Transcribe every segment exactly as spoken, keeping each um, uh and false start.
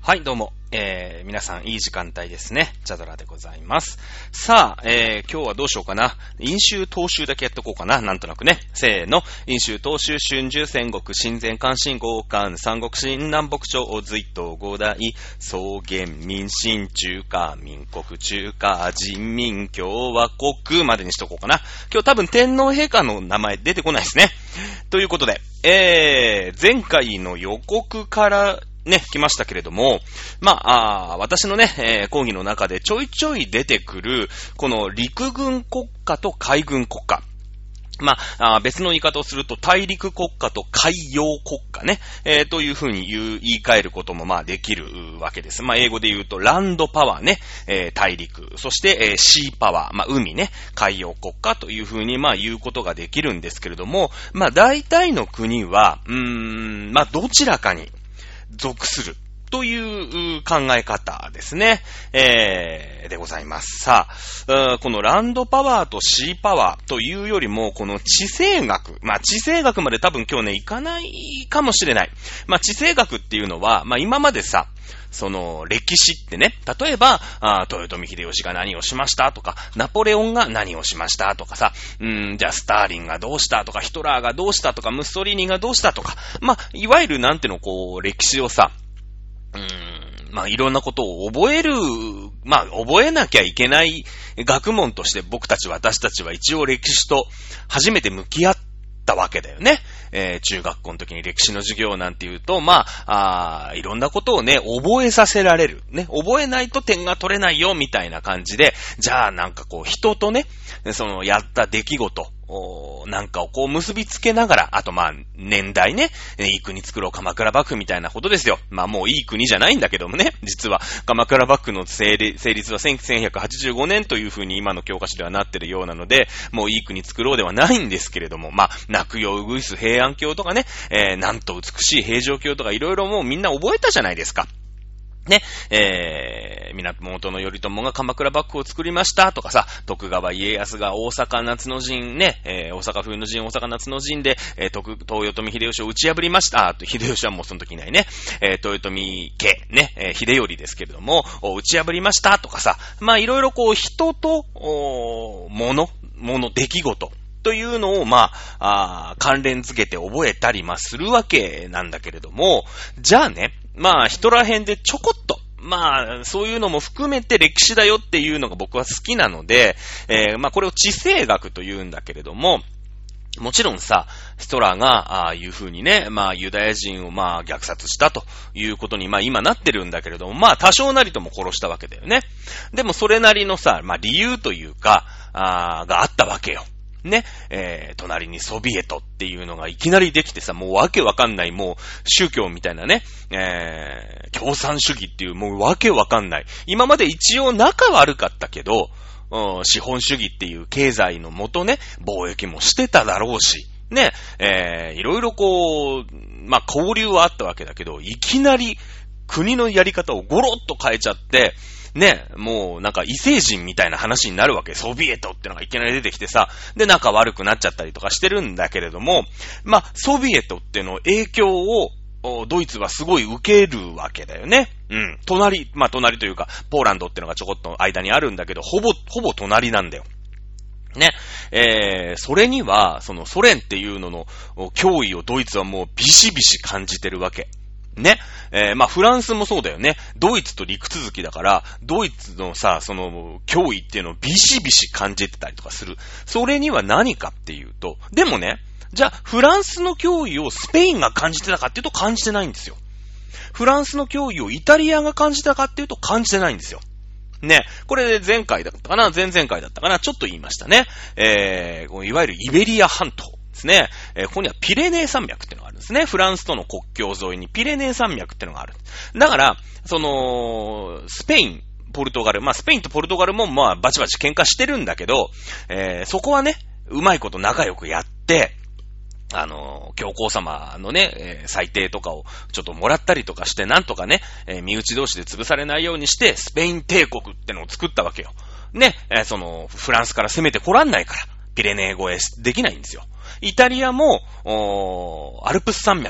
はい、どうも。えー、皆さんいい時間帯ですね。チャドラでございます。さあ、えー、今日はどうしようかな。飲酒踏襲だけやっとこうかな。なんとなくね。せーの。飲酒踏襲春秋戦国親善関心豪漢三国新南北朝隋東五代草原民進中華民国中華人民共和国までにしとこうかな。今日多分天皇陛下の名前出てこないですね。ということで、えー、前回の予告からね、来ましたけれども、まあ、あ私のね、えー、講義の中でちょいちょい出てくる、この陸軍国家と海軍国家。まあ、あ別の言い方をすると大陸国家と海洋国家ね、えー、というふうに言う、言い換えることもまあできるわけです。まあ、英語で言うとランドパワーね、えー、大陸、そして、えー、シーパワー、まあ、海ね、海洋国家というふうにまあ言うことができるんですけれども、まあ、大体の国は、うーん、まあ、どちらかに属するという考え方ですね。えー、でございます。さあ、このランドパワーとシーパワーというよりも、この地政学。まあ、地政学まで多分今日ね、いかないかもしれない。まあ、地政学っていうのは、まあ、今までさ、その歴史ってね、例えばあ豊臣秀吉が何をしましたとか、ナポレオンが何をしましたとかさ、うーんじゃあスターリンがどうしたとか、ヒトラーがどうしたとか、ムッソリーニがどうしたとか、まあいわゆるなんてのこう歴史をさ、うーんまあいろんなことを覚える、まあ覚えなきゃいけない学問として僕たち私たちは一応歴史と初めて向き合ったわけだよね。えー、中学校の時に歴史の授業なんて言うと、まあ、あいろんなことをね、覚えさせられる。ね、覚えないと点が取れないよ、みたいな感じで、じゃあなんかこう、人とね、その、やった出来事、なんかをこう結びつけながら、あとまあ、年代ね、いい国作ろう鎌倉幕府みたいなことですよ。まあもういい国じゃないんだけどもね、実は、鎌倉幕府の成立はせんひゃくはちじゅうごねんというふうに今の教科書ではなってるようなので、もういい国作ろうではないんですけれども、まあ、泣くようぐいす平安京とかね、えー、なんと美しい平城京とかいろいろもうみんな覚えたじゃないですか。ね、えー、源頼朝が鎌倉幕府を作りましたとかさ、徳川家康が大阪夏の陣ね、えー、大阪冬の陣、大阪夏の陣で、えー、徳、豊臣秀吉を打ち破りました。あと、秀吉はもうその時いないね、えー、豊臣家、ね、えー、秀頼ですけれども、打ち破りましたとかさ、まあいろいろこう人と、物、物、出来事、というのを、まあ、あ関連付けて覚えたり、まあ、するわけなんだけれども、じゃあね、まあ、人ら辺でちょこっと、まあ、そういうのも含めて歴史だよっていうのが僕は好きなので、えー、まあ、これを地政学というんだけれども、もちろんさ、ヒトラーが、ああいう風にね、まあ、ユダヤ人をまあ、虐殺したということに、まあ、今なってるんだけれども、まあ、多少なりとも殺したわけだよね。でも、それなりのさ、まあ、理由というか、あがあったわけよ。ね、えー、隣にソビエトっていうのがいきなりできてさ、もうわけわかんない、もう宗教みたいなね、えー、共産主義っていうもうわけわかんない。今まで一応仲悪かったけど、うん、資本主義っていう経済のもとね、貿易もしてただろうし、ね、えー、いろいろこう、まあ、交流はあったわけだけど、いきなり国のやり方をゴロッと変えちゃって、ね、もうなんか異星人みたいな話になるわけ。ソビエトってのがいきなり出てきてさ、で仲悪くなっちゃったりとかしてるんだけれども、まあ、ソビエトっての影響をドイツはすごい受けるわけだよね。うん。隣、まあ隣というか、ポーランドってのがちょこっと間にあるんだけど、ほぼ、ほぼ隣なんだよ。ね。えー、それには、そのソ連っていうのの脅威をドイツはもうビシビシ感じてるわけ。ね。えー、まあ、フランスもそうだよね。ドイツと陸続きだから、ドイツのさ、その、脅威っていうのをビシビシ感じてたりとかする。それには何かっていうと、でもね、じゃあ、フランスの脅威をスペインが感じてたかっていうと感じてないんですよ。フランスの脅威をイタリアが感じたかっていうと感じてないんですよ。ね。これ前回だったかな前々回だったかなちょっと言いましたね。えー、いわゆるイベリア半島。ですね。えー、ここにはピレネー山脈っていうのがあるんですね。フランスとの国境沿いにピレネー山脈っていうのがある。だから、その、スペイン、ポルトガル、まあスペインとポルトガルもまあバチバチ喧嘩してるんだけど、えー、そこはね、うまいこと仲良くやって、あの、教皇様のね、えー、裁定とかをちょっともらったりとかして、なんとかね、えー、身内同士で潰されないようにして、スペイン帝国ってのを作ったわけよ。ね、えー、その、フランスから攻めてこらんないから、ピレネー越えできないんですよ。イタリアも、アルプス山脈が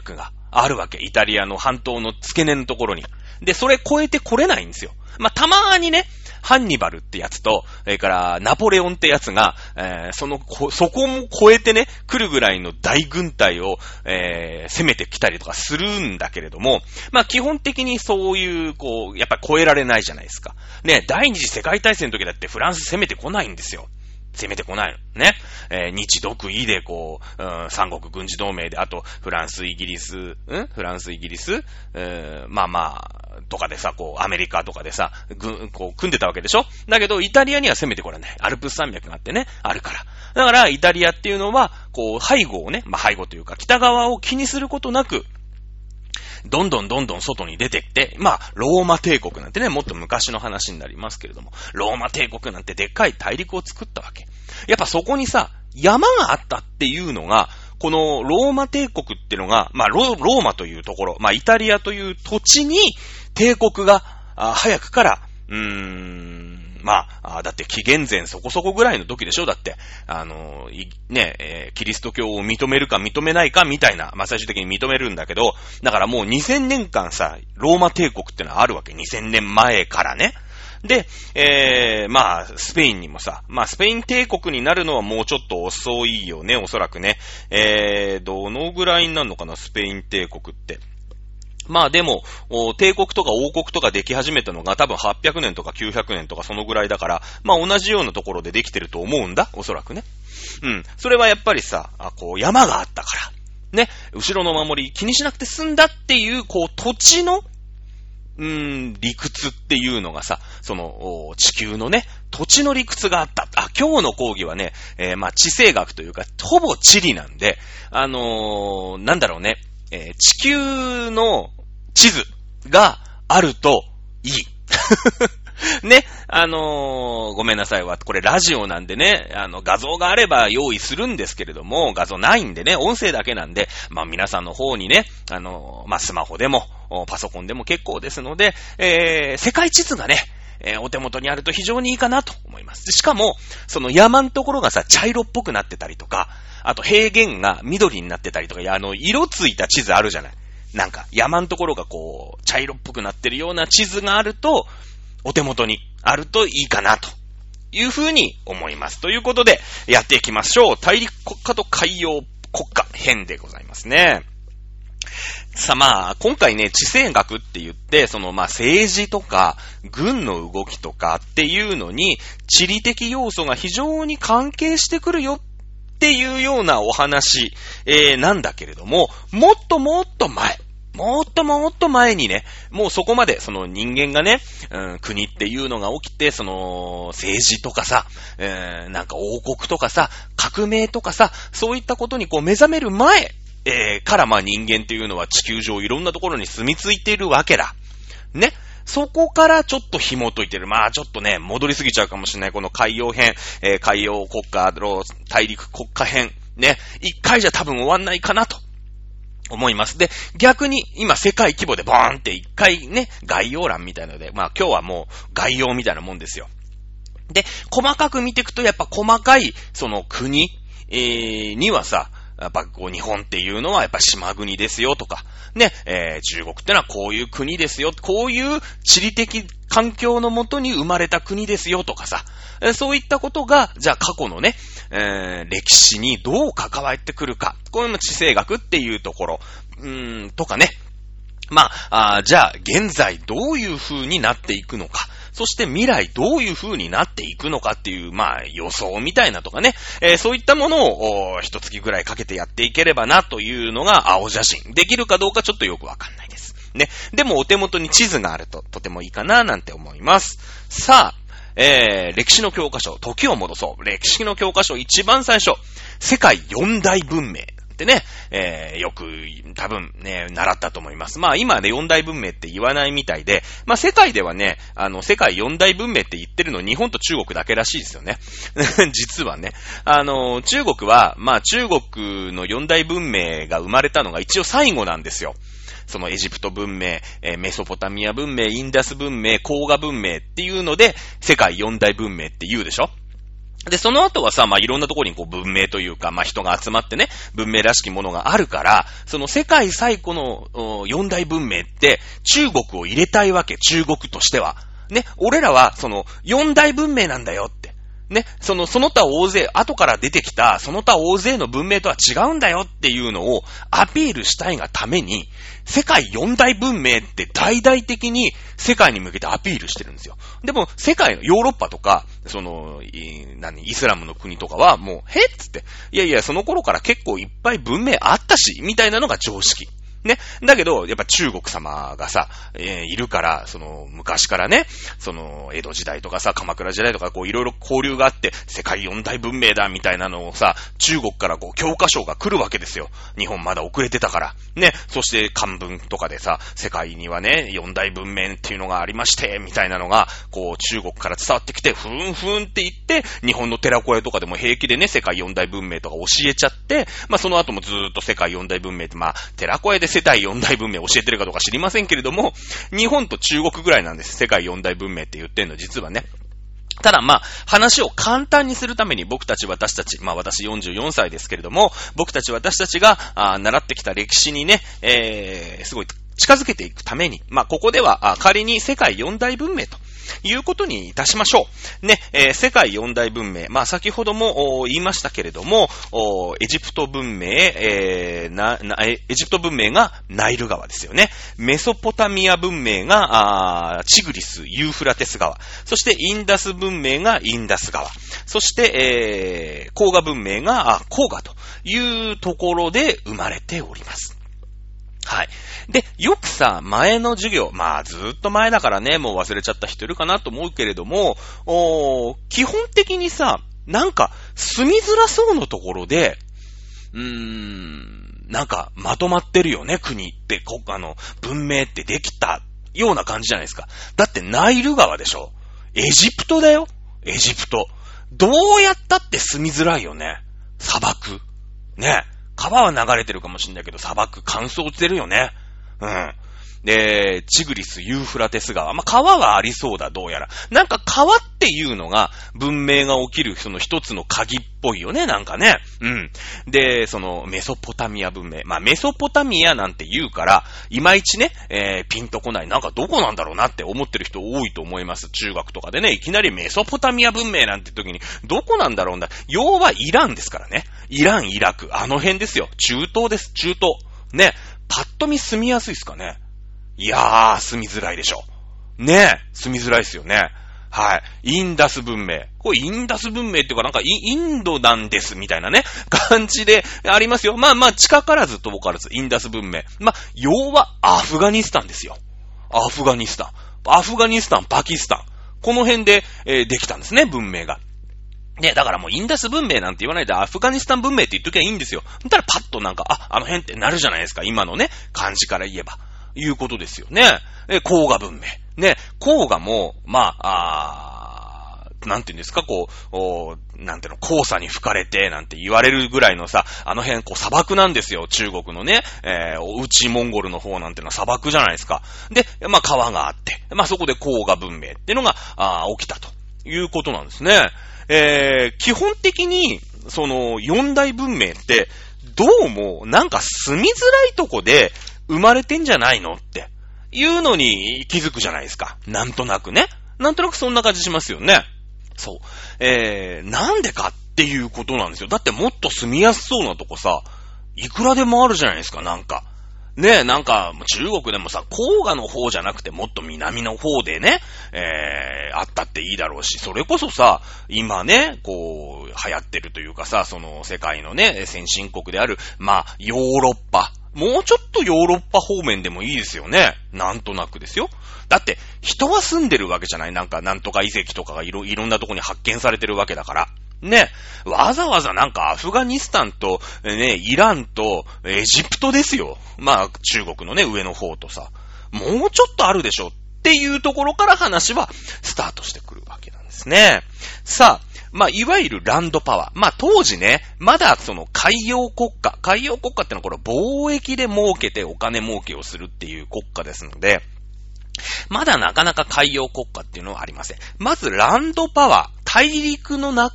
あるわけ。イタリアの半島の付け根のところに。で、それ越えてこれないんですよ。まあ、たまーにね、ハンニバルってやつと、それからナポレオンってやつが、えー、その、そこも越えてね、来るぐらいの大軍隊を、えー、攻めてきたりとかするんだけれども、まあ基本的にそういう、こう、やっぱり越えられないじゃないですか。ね、第二次世界大戦の時だってフランス攻めてこないんですよ。攻めてこないの。ね。えー、日独伊でこう、うん、三国軍事同盟で、あと、フランス、イギリス、んフランス、イギリス、えー、まあまあ、とかでさ、こう、アメリカとかでさ、ぐ、こう、組んでたわけでしょ？だけど、イタリアには攻めてこれない。アルプス山脈があってね、あるから。だから、イタリアっていうのは、こう、背後をね、まあ背後というか、北側を気にすることなく、どんどんどんどん外に出てきて、まあ、ローマ帝国なんてね、もっと昔の話になりますけれども、ローマ帝国なんてでっかい大陸を作ったわけ。やっぱそこにさ、山があったっていうのが、このローマ帝国っていうのが、まあロ、ローマというところ、まあイタリアという土地に帝国があ早くから、うーん、まあ、だって紀元前そこそこぐらいの時でしょだって、あの、ね、えー、キリスト教を認めるか認めないかみたいな、まあ最終的に認めるんだけど、だからもうにせんねんかんさ、ローマ帝国ってのはあるわけ。にせんねんまえからね。で、えー、まあ、スペインにもさ、まあ、スペイン帝国になるのはもうちょっと遅いよね、おそらくね。えー、どのぐらいになるのかな、スペイン帝国って。まあでも、帝国とか王国とかでき始めたのが多分はっぴゃくねんとかきゅうひゃくねんとかそのぐらいだから、まあ同じようなところでできてると思うんだ、おそらくね。うん。それはやっぱりさ、あこう山があったから。ね。後ろの守り気にしなくて済んだっていう、こう土地の、うーん、理屈っていうのがさ、その、地球のね、土地の理屈があった。あ、今日の講義はね、えー、まあ地政学というか、ほぼ地理なんで、あのー、なんだろうね、えー、地球の地図があるといい。ね、あのー、ごめんなさいわ。これラジオなんでね、あの、画像があれば用意するんですけれども、画像ないんでね、音声だけなんで、まあ皆さんの方にね、あのー、まあスマホでも、パソコンでも結構ですので、えー、世界地図がね、えー、お手元にあると非常にいいかなと思います。しかも、その山のところがさ、茶色っぽくなってたりとか、あと平原が緑になってたりとか、あの、色ついた地図あるじゃない。なんか、山のところがこう、茶色っぽくなってるような地図があると、お手元にあるといいかなというふうに思います。ということで、やっていきましょう。大陸国家と海洋国家編でございますね。さあまあ、今回ね、地政学って言って、そのまあ政治とか、軍の動きとかっていうのに、地理的要素が非常に関係してくるよっていうようなお話、えー、なんだけれども、もっともっと前、もっともっと前にね、もうそこまでその人間がね、うん、国っていうのが起きて、その政治とかさ、えー、なんか王国とかさ、革命とかさ、そういったことにこう目覚める前、えー、からまあ人間っていうのは地球上いろんなところに住み着いているわけだ。ね。そこからちょっと紐解いてる。まあちょっとね、戻りすぎちゃうかもしれない。この海洋編、えー、海洋国家、大陸国家編。ね。一回じゃ多分終わんないかなと。思います。で、逆に今世界規模でボーンって一回ね、概要欄みたいなので、まあ今日はもう概要みたいなもんですよ。で、細かく見ていくとやっぱ細かいその国、えー、にはさ、やっぱこう日本っていうのはやっぱ島国ですよとか、ね、えー、中国ってのはこういう国ですよ、こういう地理的環境のもとに生まれた国ですよとかさ、そういったことが、じゃあ過去のね、えー、歴史にどう関わってくるか。こういうの地政学っていうところ、うーん、とかね。まあ、あじゃあ現在どういう風になっていくのか。そして未来どういう風になっていくのかっていう、まあ予想みたいなとかね。えー、そういったものを一月ぐらいかけてやっていければなというのが青写真。できるかどうかちょっとよくわかんないです。ね。でもお手元に地図があるととてもいいかななんて思います。さあ、えー、歴史の教科書、時を戻そう。歴史の教科書一番最初、世界四大文明ってね、えー、よく多分ね、習ったと思います。まあ今ね、四大文明って言わないみたいで、まあ世界ではね、あの、世界四大文明って言ってるの日本と中国だけらしいですよね。実はね。あの、中国は、まあ中国の四大文明が生まれたのが一応最後なんですよ。そのエジプト文明、えー、メソポタミア文明、インダス文明、黄河文明っていうので、世界四大文明って言うでしょ？ で、その後はさ、まあ、いろんなところにこう文明というか、まあ、人が集まってね、文明らしきものがあるから、その世界最古の四大文明って中国を入れたいわけ、中国としては。ね、俺らはその四大文明なんだよって。ね、その、その他大勢、後から出てきた、その他大勢の文明とは違うんだよっていうのをアピールしたいがために、世界四大文明って大々的に世界に向けてアピールしてるんですよ。でも、世界のヨーロッパとか、その、何、イスラムの国とかはもう、へっつって、いやいや、その頃から結構いっぱい文明あったし、みたいなのが常識。ね。だけど、やっぱ中国様がさ、えー、いるから、その、昔からね、その、江戸時代とかさ、鎌倉時代とか、こう、いろいろ交流があって、世界四大文明だ、みたいなのをさ、中国からこう、教科書が来るわけですよ。日本まだ遅れてたから。ね。そして、漢文とかでさ、世界にはね、四大文明っていうのがありまして、みたいなのが、こう、中国から伝わってきて、ふんふんって言って、日本の寺子屋とかでも平気でね、世界四大文明とか教えちゃって、まあ、その後もずーっと世界四大文明って、まあ、寺子屋で世界四大文明教えてるかどうか知りませんけれども、日本と中国ぐらいなんです。世界四大文明って言ってんの、実はね。ただまあ、話を簡単にするために僕たち私たち、まあ私よんじゅうよんさいですけれども、僕たち私たちがあ習ってきた歴史にね、えー、すごい近づけていくために、まあここではあ仮に世界四大文明ということにいたしましょう。ね、えー、世界四大文明。まあ、先ほども言いましたけれども、エジプト文明、えー、な、な、エジプト文明がナイル川ですよね。メソポタミア文明が、あチグリス、ユーフラテス川。そしてインダス文明がインダス川。そして、えー、黄河文明が黄河というところで生まれております。はい。で、よくさ、前の授業、まあずーっと前だからね、もう忘れちゃった人いるかなと思うけれども、お基本的にさ、なんか住みづらそうなところで、うーん、なんかまとまってるよね、国って、こあの、文明ってできたような感じじゃないですか。だってナイル川でしょ？エジプトだよ？エジプト。どうやったって住みづらいよね。砂漠。ね。川は流れてるかもしれないけど、砂漠乾燥してるよね。うん。で、チグリス、ユーフラテス川。まあ、川はありそうだ、どうやら。なんか川っていうのが文明が起きるその一つの鍵っぽいよね、なんかね。うん。で、そのメソポタミア文明。まあ、メソポタミアなんて言うから、いまいちね、えー、ピンとこない。なんかどこなんだろうなって思ってる人多いと思います。中学とかでね、いきなりメソポタミア文明なんて時に、どこなんだろうな。要はイランですからね。イラン、イラク、あの辺ですよ。中東です、中東。ね。パッと見住みやすいですかね。いやー、住みづらいでしょ。ねえ、住みづらいですよね。はい。インダス文明。これインダス文明っていうかなんかイインドなんですみたいなね、感じでありますよ。まあまあ、近からず遠からず、インダス文明。まあ、要はアフガニスタンですよ。アフガニスタン。アフガニスタン、パキスタン。この辺で、えー、できたんですね、文明が。ね、だからもうインダス文明なんて言わないでアフガニスタン文明って言っときゃいいんですよ。だからパッとなんか、あ、あの辺ってなるじゃないですか。今のね、漢字から言えば。いうことですよね。え、黄河文明。ね、黄河も、まあ、あーなんて言うんですか、こう、なんていうの、黄砂に吹かれて、なんて言われるぐらいのさ、あの辺、こう、砂漠なんですよ。中国のね、えー、内モンゴルの方なんてのは砂漠じゃないですか。で、まあ、川があって、まあ、そこで黄河文明っていうのが、あ起きたということなんですね。えー、基本的に、その、四大文明って、どうも、なんか住みづらいとこで、生まれてんじゃないのっていうのに気づくじゃないですか。なんとなくね。なんとなくそんな感じしますよね。そう。えー、なんでかっていうことなんですよ。だってもっと住みやすそうなとこさ、いくらでもあるじゃないですか、なんか。ねえ、なんか、中国でもさ、黄河の方じゃなくてもっと南の方でね、えー、あったっていいだろうし、それこそさ、今ね、こう、流行ってるというかさ、その世界のね、先進国である、まあ、ヨーロッパ。もうちょっとヨーロッパ方面でもいいですよね。なんとなくですよ。だって、人は住んでるわけじゃない。なんか、なんとか遺跡とかがいろ、いろんなとこに発見されてるわけだから。ね。わざわざなんかアフガニスタンと、ね、イランとエジプトですよ。まあ、中国のね、上の方とさ。もうちょっとあるでしょっていうところから話はスタートしてくるわけなんですね。さあ、まあ、いわゆるランドパワー。まあ、当時ね、まだその海洋国家。海洋国家ってのはこれ貿易で儲けてお金儲けをするっていう国家ですので、まだなかなか海洋国家っていうのはありません。まずランドパワー。大陸の中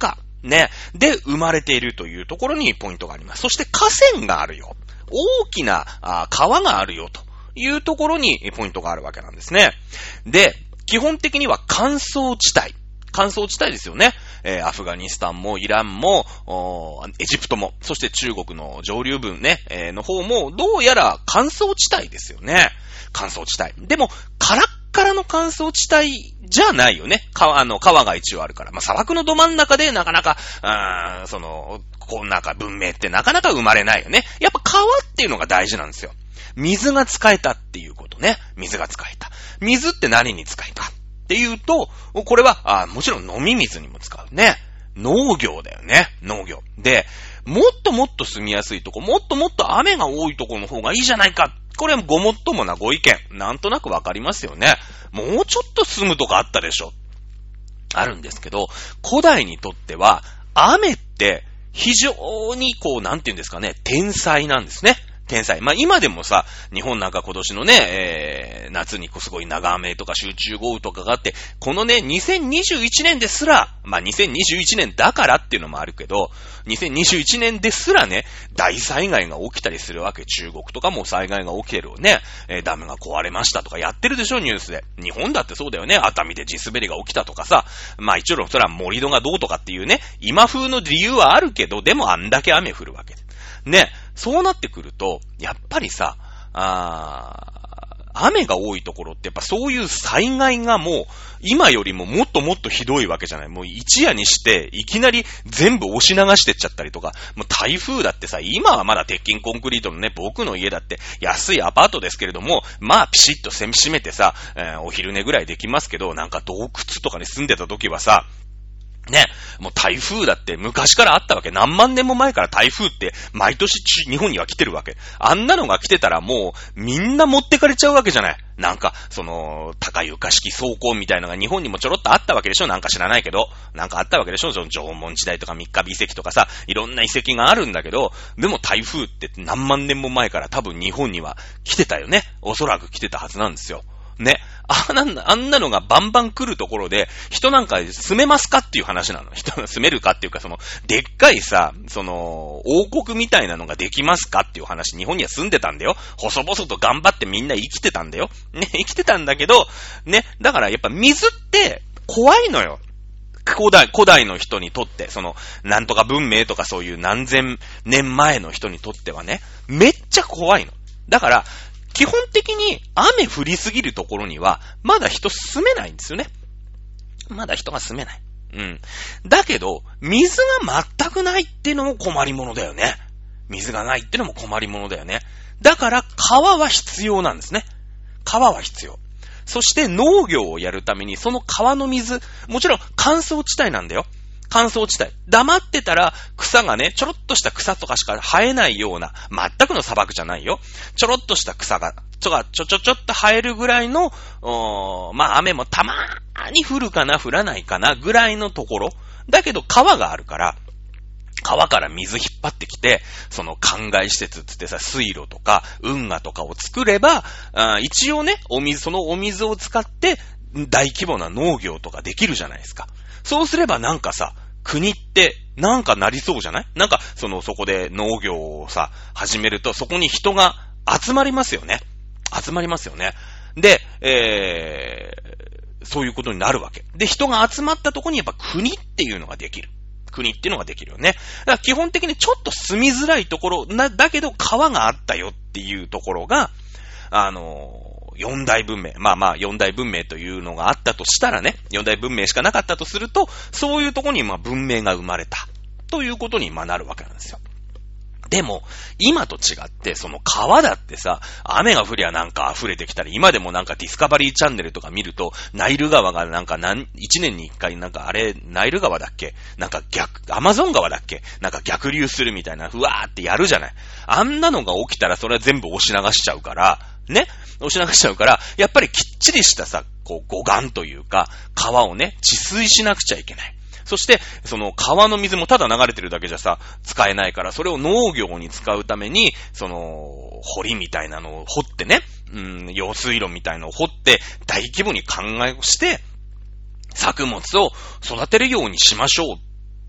ね。で、生まれているというところにポイントがあります。そして河川があるよ。大きなあ川があるよというところにポイントがあるわけなんですね。で、基本的には乾燥地帯。乾燥地帯ですよね。えー、アフガニスタンもイランも、エジプトも、そして中国の上流部ね、えー、の方も、どうやら乾燥地帯ですよね。乾燥地帯。でも、カラッカラの乾燥地帯じゃないよね。川、あの、川が一応あるから。まあ、砂漠のど真ん中でなかなか、あーその、こうなんか文明ってなかなか生まれないよね。やっぱ川っていうのが大事なんですよ。水が使えたっていうことね。水が使えた。水って何に使えたっていうと、これは、あもちろん飲み水にも使うね。農業だよね。農業。で、もっともっと住みやすいとこ、もっともっと雨が多いところの方がいいじゃないか。これはごもっともなご意見。なんとなくわかりますよね。もうちょっと住むとこあったでしょ。あるんですけど、古代にとっては、雨って非常にこう、なんていうんですかね、天災なんですね。天災。まあ、今でもさ、日本なんか今年のね、えー、夏にすごい長雨とか集中豪雨とかがあって、このね、にせんにじゅういちねんですら、まあ、にせんにじゅういちねんだからっていうのもあるけど、にせんにじゅういちねんですらね、大災害が起きたりするわけ。中国とかも災害が起きてるよね。えー、ダムが壊れましたとかやってるでしょ、ニュースで。日本だってそうだよね。熱海で地滑りが起きたとかさ。まあ、一応それは盛り土がどうとかっていうね、今風の理由はあるけど、でもあんだけ雨降るわけで。ね、そうなってくると、やっぱりさ、あ雨が多いところってやっぱそういう災害がもう今よりももっともっとひどいわけじゃない。もう一夜にしていきなり全部押し流してっちゃったりとか、もう台風だってさ、今はまだ鉄筋コンクリートのね、僕の家だって安いアパートですけれども、まあピシッと閉めてさ、えー、お昼寝ぐらいできますけど、なんか洞窟とかに住んでた時はさ、ね。もう台風だって昔からあったわけ。何万年も前から台風って毎年日本には来てるわけ。あんなのが来てたらもうみんな持ってかれちゃうわけじゃない。なんか、その、高床式装甲みたいなのが日本にもちょろっとあったわけでしょ。なんか知らないけど。なんかあったわけでしょ。その縄文時代とか三日日遺跡とかさ、いろんな遺跡があるんだけど、でも台風って何万年も前から多分日本には来てたよね。おそらく来てたはずなんですよ。ね。あんな、あんなのがバンバン来るところで、人なんか住めますかっていう話なの。人が住めるかっていうか、その、でっかいさ、その、王国みたいなのができますかっていう話、日本には住んでたんだよ。細々と頑張ってみんな生きてたんだよ。ね、生きてたんだけど、ね、だからやっぱ水って怖いのよ。古代、古代の人にとって、その、なんとか文明とかそういう何千年前の人にとってはね、めっちゃ怖いの。だから、基本的に雨降りすぎるところにはまだ人住めないんですよね。まだ人が住めない。うん。だけど、水が全くないっていうのも困りものだよね。水がないっていうのも困りものだよね。だから川は必要なんですね。川は必要。そして農業をやるためにその川の水、もちろん乾燥地帯なんだよ。乾燥地帯。黙ってたら草がね、ちょろっとした草とかしか生えないような、全くの砂漠じゃないよ。ちょろっとした草が、ちょが、ちょちょちょっと生えるぐらいの、まあ雨もたまーに降るかな、降らないかな、ぐらいのところ。だけど川があるから、川から水引っ張ってきて、その灌漑施設つってさ、水路とか運河とかを作れば、あ一応ね、お水、そのお水を使って大規模な農業とかできるじゃないですか。そうすればなんかさ、国ってなんかなりそうじゃない？なんかそのそこで農業をさ始めるとそこに人が集まりますよね。集まりますよね。で、えー、そういうことになるわけ。で、人が集まったところにやっぱ国っていうのができる。国っていうのができるよね。だから基本的にちょっと住みづらいところなだけど川があったよっていうところがあのー。四大文明。まあまあ、四大文明というのがあったとしたらね、四大文明しかなかったとすると、そういうところにまあ文明が生まれた。ということにまあなるわけなんですよ。でも、今と違って、その川だってさ、雨が降りゃなんか溢れてきたり、今でもなんかディスカバリーチャンネルとか見ると、ナイル川がなんか何、一年に一回なんかあれ、ナイル川だっけ？なんか逆、アマゾン川だっけ？なんか逆流するみたいな、ふわーってやるじゃない。あんなのが起きたらそれは全部押し流しちゃうから、ね、押し流しちゃうから、やっぱりきっちりしたさ、こう、護岸というか、川をね、治水しなくちゃいけない。そして、その川の水もただ流れてるだけじゃさ、使えないから、それを農業に使うために、その、堀みたいなのを掘ってね、うん、用水路みたいなのを掘って、大規模に考えをして、作物を育てるようにしましょう。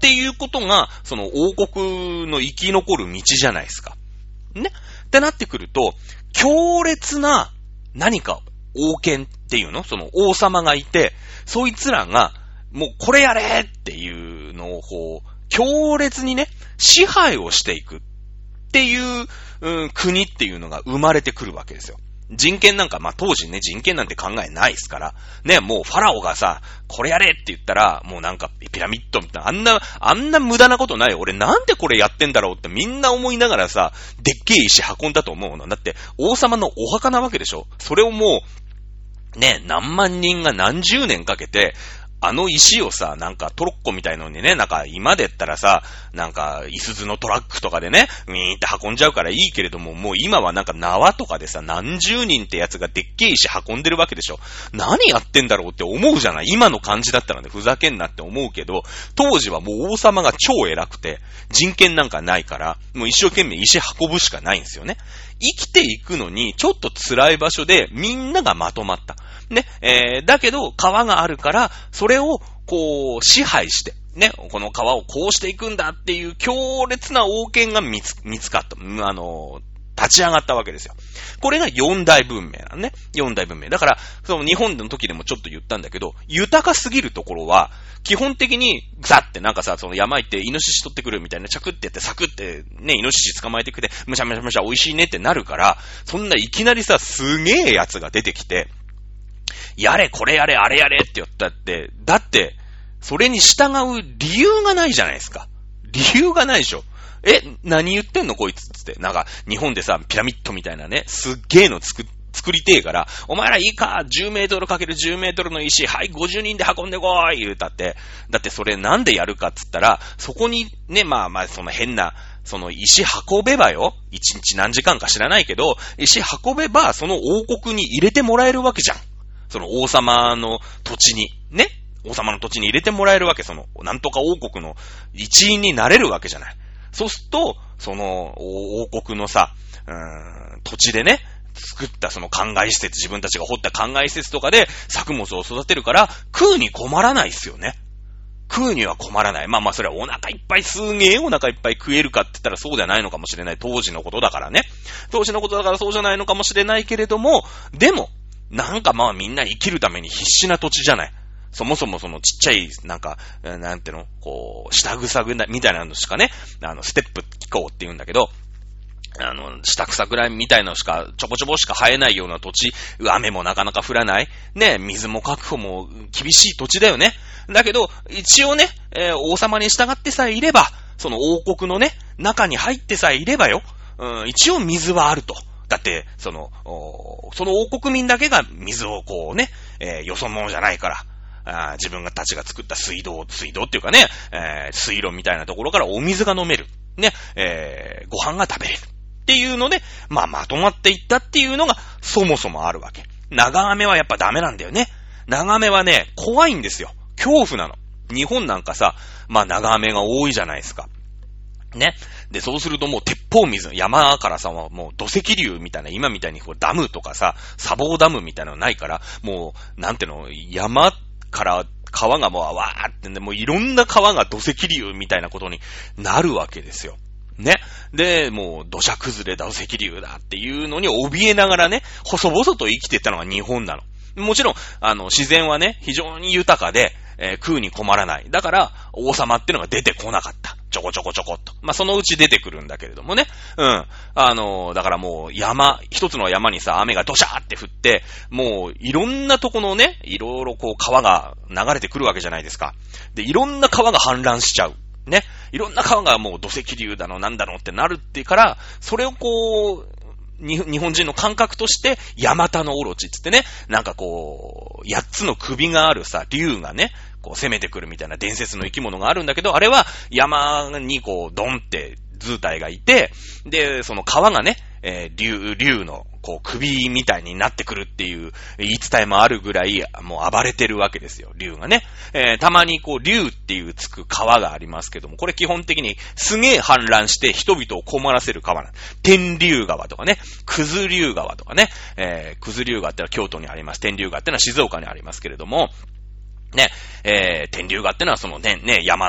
っていうことが、その王国の生き残る道じゃないですか。ね。ってなってくると、強烈な何か王権っていうの？その王様がいて、そいつらが、もうこれやれっていうのをこう、強烈にね、支配をしていくっていう、うん、国っていうのが生まれてくるわけですよ。人権なんか、まあ、当時ね、人権なんて考えないですから、ね、もうファラオがさ、これやれって言ったら、もうなんかピラミッドみたいな、あんな、あんな無駄なことないよ。俺なんでこれやってんだろうってみんな思いながらさ、でっけえ石運んだと思うの。だって王様のお墓なわけでしょ。それをもう、ね、何万人が何十年かけて、あの石をさ、なんかトロッコみたいのにね、なんか今で言ったらさ、なんかイスズのトラックとかでね、ウィーンって運んじゃうからいいけれども、もう今はなんか縄とかでさ、何十人ってやつがでっけえ石運んでるわけでしょ。何やってんだろうって思うじゃない。今の感じだったらね、ふざけんなって思うけど、当時はもう王様が超偉くて、人権なんかないから、もう一生懸命石運ぶしかないんですよね。生きていくのに、ちょっと辛い場所でみんながまとまった。ね、えー、だけど川があるから、それをこう支配して、ね、この川をこうしていくんだっていう強烈な王権が見つ、見つかった。あの、立ち上がったわけですよ。これが四大文明なんね。四大文明。だから、その日本の時でもちょっと言ったんだけど、豊かすぎるところは、基本的に、ザってなんかさ、その山行ってイノシシ取ってくるみたいな、チャクってやってサクってね、イノシシ捕まえてくれて、むしゃむしゃむしゃ美味しいねってなるから、そんないきなりさ、すげえやつが出てきて、やれ、これやれ、あれやれって言ったって、だって、それに従う理由がないじゃないですか。理由がないでしょ。え、何言ってんのこいつつって。なんか、日本でさ、ピラミッドみたいなね、すっげえの作、作りてえから、お前らいいか、じゅうメートルかけるじゅうメートルの石、はい、ごじゅうにんで運んでこい言うたって。だってそれなんでやるかっつったら、そこにね、まあまあ、その変な、その石運べばよ、一日何時間か知らないけど、石運べば、その王国に入れてもらえるわけじゃん。その王様の土地に、ね。王様の土地に入れてもらえるわけ。その、なんとか王国の一員になれるわけじゃない。そうすると、その、王国のさ、うーん、土地でね、作ったその灌漑施設、自分たちが掘った灌漑施設とかで作物を育てるから、食うに困らないですよね。食うには困らない。まあまあそれはお腹いっぱい、すげえお腹いっぱい食えるかって言ったらそうじゃないのかもしれない。当時のことだからね。当時のことだからそうじゃないのかもしれないけれども、でも、なんかまあみんな生きるために必死な土地じゃない。そもそもそのちっちゃい、なんか、なんていうのこう、下草ぐらいみたいなのしかね、あの、ステップ気候って言うんだけど、あの、下草ぐらいみたいなのしか、ちょぼちょぼしか生えないような土地、雨もなかなか降らない、ね、水も確保も厳しい土地だよね。だけど、一応ね、えー、王様に従ってさえいれば、その王国のね、中に入ってさえいればよ、うん、一応水はあると。だって、その、その王国民だけが水をこうね、えー、よそ者じゃないから、あ自分たちが作った水道、水道っていうかね、えー、水路みたいなところからお水が飲める。ね、えー、ご飯が食べれる。っていうので、まあ、まとまっていったっていうのが、そもそもあるわけ。長雨はやっぱダメなんだよね。長雨はね、怖いんですよ。恐怖なの。日本なんかさ、まあ、長雨が多いじゃないですか。ね。で、そうするともう鉄砲水、山からさ、もう土石流みたいな、今みたいにこうダムとかさ、砂防ダムみたいなのないから、もう、なんていうの、山から川がもうわーってね、もういろんな川が土石流みたいなことになるわけですよ。ね。で、もう土砂崩れだ、土石流だっていうのに怯えながらね、細々と生きていったのが日本なの。もちろん、あの、自然はね、非常に豊かで、えー、食うに困らない。だから、王様ってのが出てこなかった。ちょこちょこちょこっと。まあ、そのうち出てくるんだけれどもね。うん。あのー、だからもう山、一つの山にさ、雨がドシャーって降って、もういろんなとこのね、いろいろこう川が流れてくるわけじゃないですか。で、いろんな川が氾濫しちゃう。ね。いろんな川がもう土石流だの、なんだのってなるってから、それをこう、日本人の感覚として、ヤマタノオロチって言ってね、なんかこう、八つの首があるさ、竜がね、こう攻めてくるみたいな伝説の生き物があるんだけど、あれは山にこう、ドンって図体がいて、で、その川がね、えー、竜、竜のこう首みたいになってくるっていう言い伝えもあるぐらい、もう暴れてるわけですよ、竜がね。えー、たまにこう、竜っていうつく川がありますけども、これ基本的にすげえ氾濫して人々を困らせる川なん。天竜川とかね、九頭竜川とかね、えー、九頭竜川ってのは京都にあります。天竜川ってのは静岡にありますけれども、ね、えー、天竜川ってのはそのね、ね、山の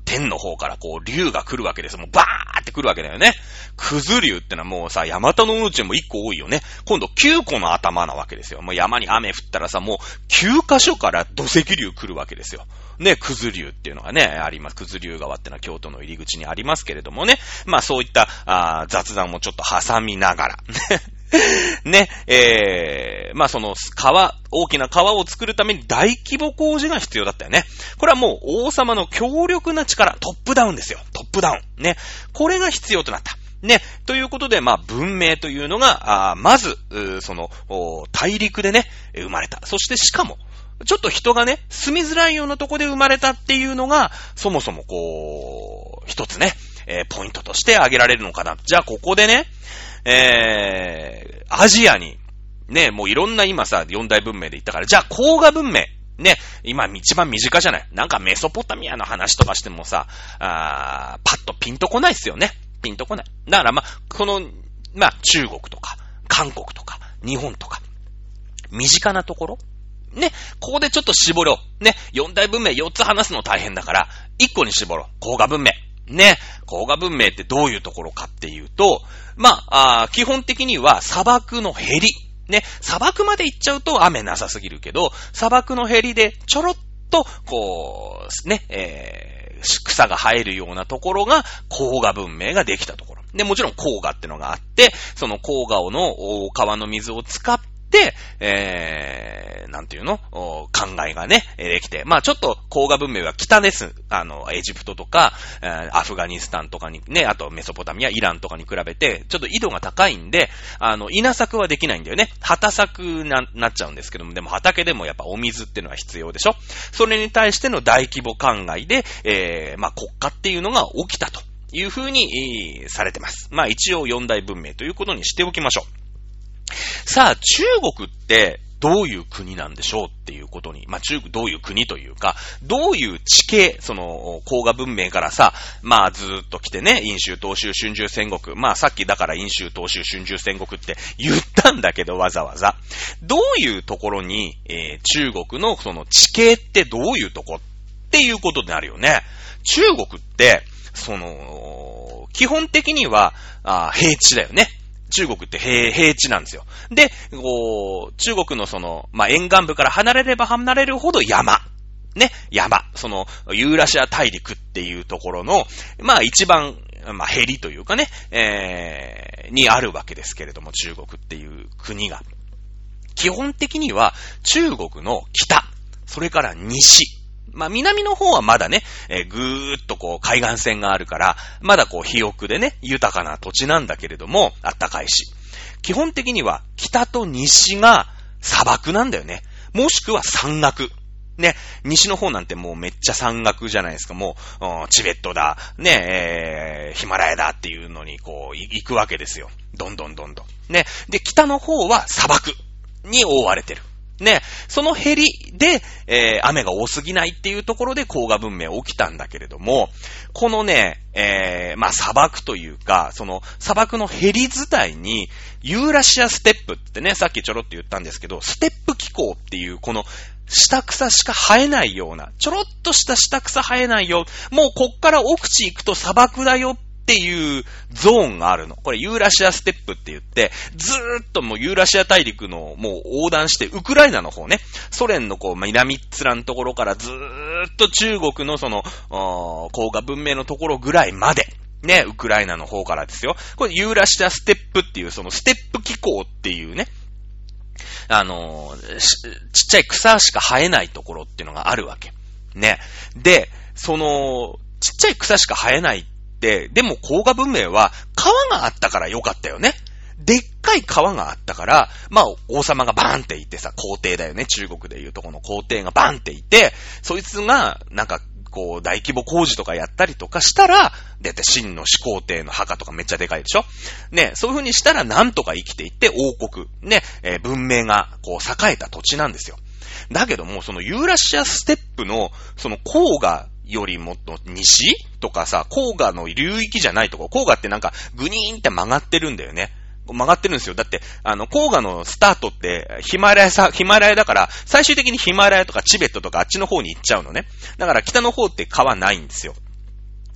天の方からこう、竜が来るわけです。もうバーって来るわけだよね。クズ竜ってのはもうさ、ヤマタノオノチもいっこ多いよね。今度きゅうこの頭なわけですよ。もう山に雨降ったらさ、もうきゅうかしょから土石流来るわけですよ。ね、クズ竜っていうのがね、あります。クズ竜川ってのは京都の入り口にありますけれどもね。まあそういったあ雑談もちょっと挟みながら。ね、えー、まあその川、大きな川を作るために大規模工事が必要だったよね。これはもう王様の強力な力、トップダウンですよ。トップダウン。ね。これが必要となった。ね。ということで、まあ文明というのが、あまず、その、大陸でね、生まれた。そしてしかも、ちょっと人がね、住みづらいようなとこで生まれたっていうのが、そもそもこう、一つね、えー、ポイントとして挙げられるのかな。じゃあここでね、えー、アジアに、ね、もういろんな今さ、四大文明で言ったから、じゃあ黄河文明、ね、今一番身近じゃない。なんかメソポタミアの話とかしてもさ、あーパッとピンとこないっすよね。ピンとこない。だからまあ、この、まあ中国とか、韓国とか、日本とか、身近なところね、ここでちょっと絞ろう。ね、四大文明四つ話すの大変だから、一個に絞ろう。黄河文明。ね、黄河文明ってどういうところかっていうと、まあ、あ基本的には砂漠のへり。ね、砂漠まで行っちゃうと雨なさすぎるけど、砂漠のへりでちょろっと、こう、ね、えー、草が生えるようなところが黄河文明ができたところ。で、もちろん黄河ってのがあって、その黄河の川の水を使って、で、えー、なんていうの考えがね、できて。まあちょっと、黄河文明は北です。あの、エジプトとか、アフガニスタンとかにね、あとメソポタミア、イランとかに比べて、ちょっと緯度が高いんで、あの、稲作はできないんだよね。畑作な、なっちゃうんですけども、でも畑でもやっぱお水っていうのは必要でしょ。それに対しての大規模灌漑で、えー、まあ国家っていうのが起きたというふうに、えー、されてます。まあ一応四大文明ということにしておきましょう。さあ、中国ってどういう国なんでしょうっていうことに、まあ中国どういう国というか、どういう地形、その、黄河文明からさ、まあずーっと来てね、殷周、東周、春秋、戦国、まあさっきだから殷周、東周、春秋、戦国って言ったんだけど、わざわざ。どういうところに、えー、中国のその地形ってどういうとこっていうことになるよね。中国って、その、基本的には、あ平地だよね。中国って平、平地なんですよ。で、こう、中国のその、まあ、沿岸部から離れれば離れるほど山。ね、山。その、ユーラシア大陸っていうところの、まあ、一番、まあ、へりというかね、えー、にあるわけですけれども、中国っていう国が。基本的には、中国の北、それから西。まあ、南の方はまだね、えー、ぐーっとこう海岸線があるから、まだこう肥沃でね、豊かな土地なんだけれども、あったかいし。基本的には北と西が砂漠なんだよね。もしくは山岳。ね、西の方なんてもうめっちゃ山岳じゃないですか。もう、チベットだ、ね、えー、ヒマラヤだっていうのにこう行くわけですよ。どんどんどんどん。ね。で、北の方は砂漠に覆われてる。ね、そのヘリで、えー、雨が多すぎないっていうところで黄河文明起きたんだけれども、このね、えー、まあ砂漠というか、その砂漠のヘリ伝いにユーラシアステップってね、さっきちょろっと言ったんですけど、ステップ気候っていうこの下草しか生えないような、ちょろっとした下草生えないよ、もうこっから奥地行くと砂漠だよっていうゾーンがあるの。これユーラシアステップって言って、ずーっともうユーラシア大陸のもう横断して、ウクライナの方ね、ソ連のこう南っ面のところからずーっと中国のその、黄河文明のところぐらいまで、ね、ウクライナの方からですよ。これユーラシアステップっていうそのステップ気候っていうね、あのー、ちっちゃい草しか生えないところっていうのがあるわけ。ね。で、その、ちっちゃい草しか生えないで、でも黄河文明は川があったからよかったよね。でっかい川があったから、まあ王様がバーンっていてさ、皇帝だよね。中国でいうとこの皇帝がバーンっていて、そいつがなんかこう大規模工事とかやったりとかしたら、だいたい秦の始皇帝の墓とかめっちゃでかいでしょ。ね、そういう風にしたらなんとか生きていって王国、ね、えー、文明がこう栄えた土地なんですよ。だけどもそのユーラシアステップのその黄河よりもっと西とかさ、黄河の流域じゃないところ、黄河ってなんかグニーンって曲がってるんだよね。曲がってるんですよ。だって、あの、黄河のスタートってヒマラヤさ、ヒマラヤだから、最終的にヒマラヤとかチベットとかあっちの方に行っちゃうのね。だから北の方って川ないんですよ。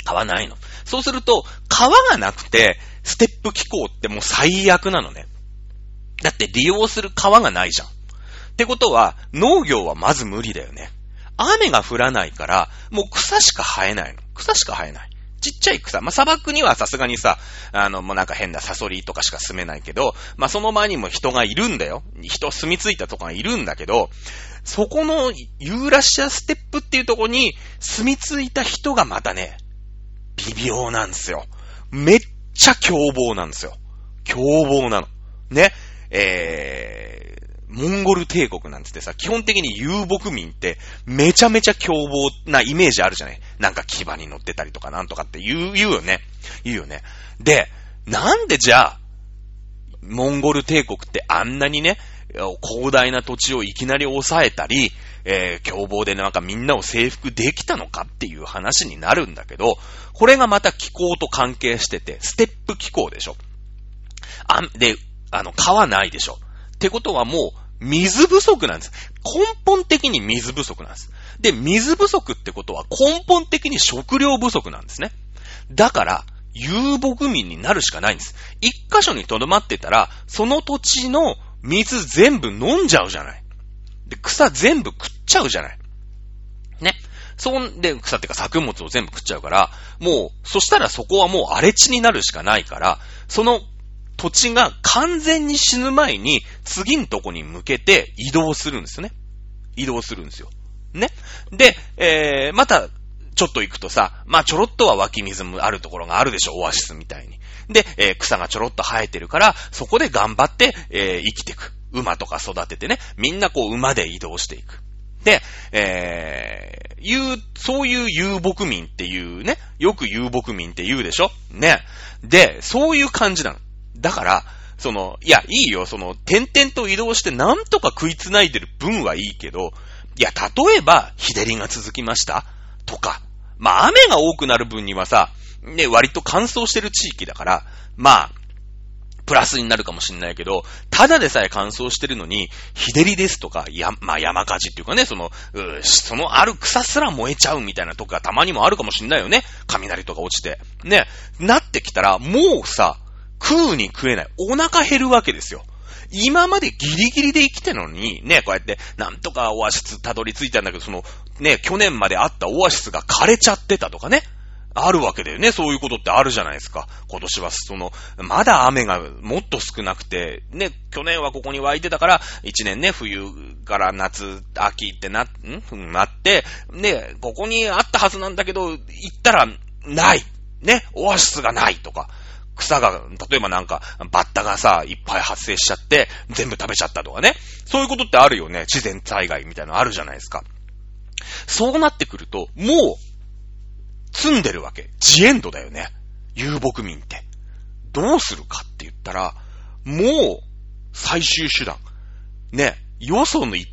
川ないの。そうすると、川がなくて、ステップ気候ってもう最悪なのね。だって利用する川がないじゃん。ってことは、農業はまず無理だよね。雨が降らないから、もう草しか生えないの。草しか生えない。ちっちゃい草。まあ、砂漠にはさすがにさ、あの、もうなんか変なサソリとかしか住めないけど、まあ、その前にも人がいるんだよ。人住み着いたとかがいるんだけど、そこのユーラシアステップっていうところに住み着いた人がまたね、微妙なんですよ。めっちゃ凶暴なんですよ。凶暴なの。ね。えー、モンゴル帝国なんつってさ、基本的に遊牧民ってめちゃめちゃ凶暴なイメージあるじゃない。なんか騎馬に乗ってたりとかなんとかって言う、言うよね。言うよね。で、なんでじゃあ、モンゴル帝国ってあんなにね、広大な土地をいきなり抑えたり、えー、凶暴でなんかみんなを征服できたのかっていう話になるんだけど、これがまた気候と関係してて、ステップ気候でしょ。あ、で、あの、川ないでしょ。ってことはもう、水不足なんです。根本的に水不足なんです。で、水不足ってことは根本的に食料不足なんですね。だから、遊牧民になるしかないんです。一箇所に留まってたら、その土地の水全部飲んじゃうじゃない。で、草全部食っちゃうじゃない。ね。そんで、草っていうか作物を全部食っちゃうから、もう、そしたらそこはもう荒れ地になるしかないから、その土地が完全に死ぬ前に次のとこに向けて移動するんですよね。移動するんですよ。ね。で、えー、また、ちょっと行くとさ、まあちょろっとは湧き水もあるところがあるでしょ、オアシスみたいに。で、えー、草がちょろっと生えてるから、そこで頑張って、えー、生きていく。馬とか育ててね、みんなこう馬で移動していく。で、えー、いう、そういう遊牧民っていうね、よく遊牧民って言うでしょね。で、そういう感じなの。だから、その、いや、いいよ、その、点々と移動してなんとか食いつないでる分はいいけど、いや、例えば、日照りが続きましたとか、まあ、雨が多くなる分にはさ、ね、割と乾燥してる地域だから、まあ、プラスになるかもしれないけど、ただでさえ乾燥してるのに、日照りですとか、や、まあ山火事っていうかね、その、うそのある草すら燃えちゃうみたいなとこがたまにもあるかもしれないよね。雷とか落ちて。ね、なってきたら、もうさ、食うに食えない。お腹減るわけですよ。今までギリギリで生きてるのに、ね、こうやって、なんとかオアシスたどり着いたんだけど、その、ね、去年まであったオアシスが枯れちゃってたとかね。あるわけだよね。そういうことってあるじゃないですか。今年はその、まだ雨がもっと少なくて、ね、去年はここに湧いてたから、一年ね、冬から夏、秋ってな、んなって、ね、ここにあったはずなんだけど、行ったら、ない。ね、オアシスがないとか、草が、例えばなんか、バッタがさ、いっぱい発生しちゃって、全部食べちゃったとかね。そういうことってあるよね。自然災害みたいなのあるじゃないですか。そうなってくると、もう、積んでるわけ。ジエンドだよね。遊牧民って。どうするかって言ったら、もう、最終手段。ね、よそに行って、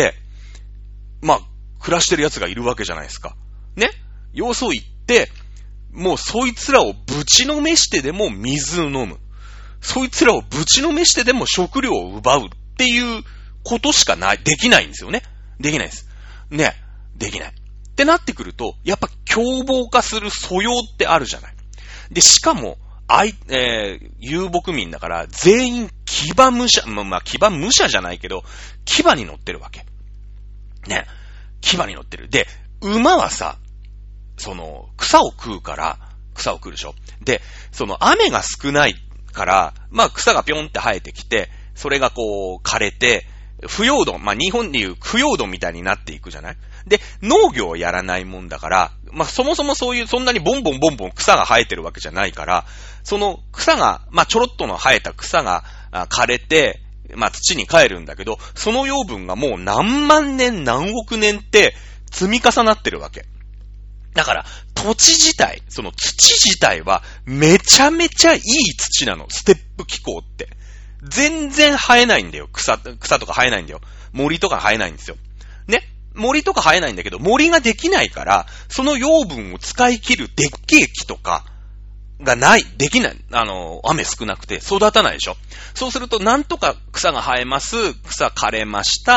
まあ、暮らしてる奴がいるわけじゃないですか。ね、よそ行って、もうそいつらをぶちのめしてでも水を飲む。そいつらをぶちのめしてでも食料を奪うっていうことしかない、できないんですよね。できないです。ね、できない。ってなってくると、やっぱ凶暴化する素養ってあるじゃない。で、しかも、あい、えー、遊牧民だから、全員騎馬武者、まあ、まあ、騎馬武者じゃないけど、騎馬に乗ってるわけ。ね。騎馬に乗ってる。で、馬はさ、その、草を食うから、草を食うでしょ。で、その、雨が少ないから、まあ、草がぴょんって生えてきて、それがこう、枯れて、腐葉土、まあ、日本でいう腐葉土みたいになっていくじゃない？で、農業をやらないもんだから、まあ、そもそもそういう、そんなにボンボンボンボン草が生えてるわけじゃないから、その草が、まあ、ちょろっとの生えた草が枯れて、まあ、土に帰るんだけど、その養分がもう何万年何億年って積み重なってるわけ。だから、土地自体、その土自体はめちゃめちゃいい土なの。ステップ気候って。全然生えないんだよ。草、草とか生えないんだよ。森とか生えないんですよ。ね。森とか生えないんだけど、森ができないから、その養分を使い切るでっけえ木とかがない、できない。あの、雨少なくて育たないでしょ。そうすると、なんとか草が生えます。草枯れました。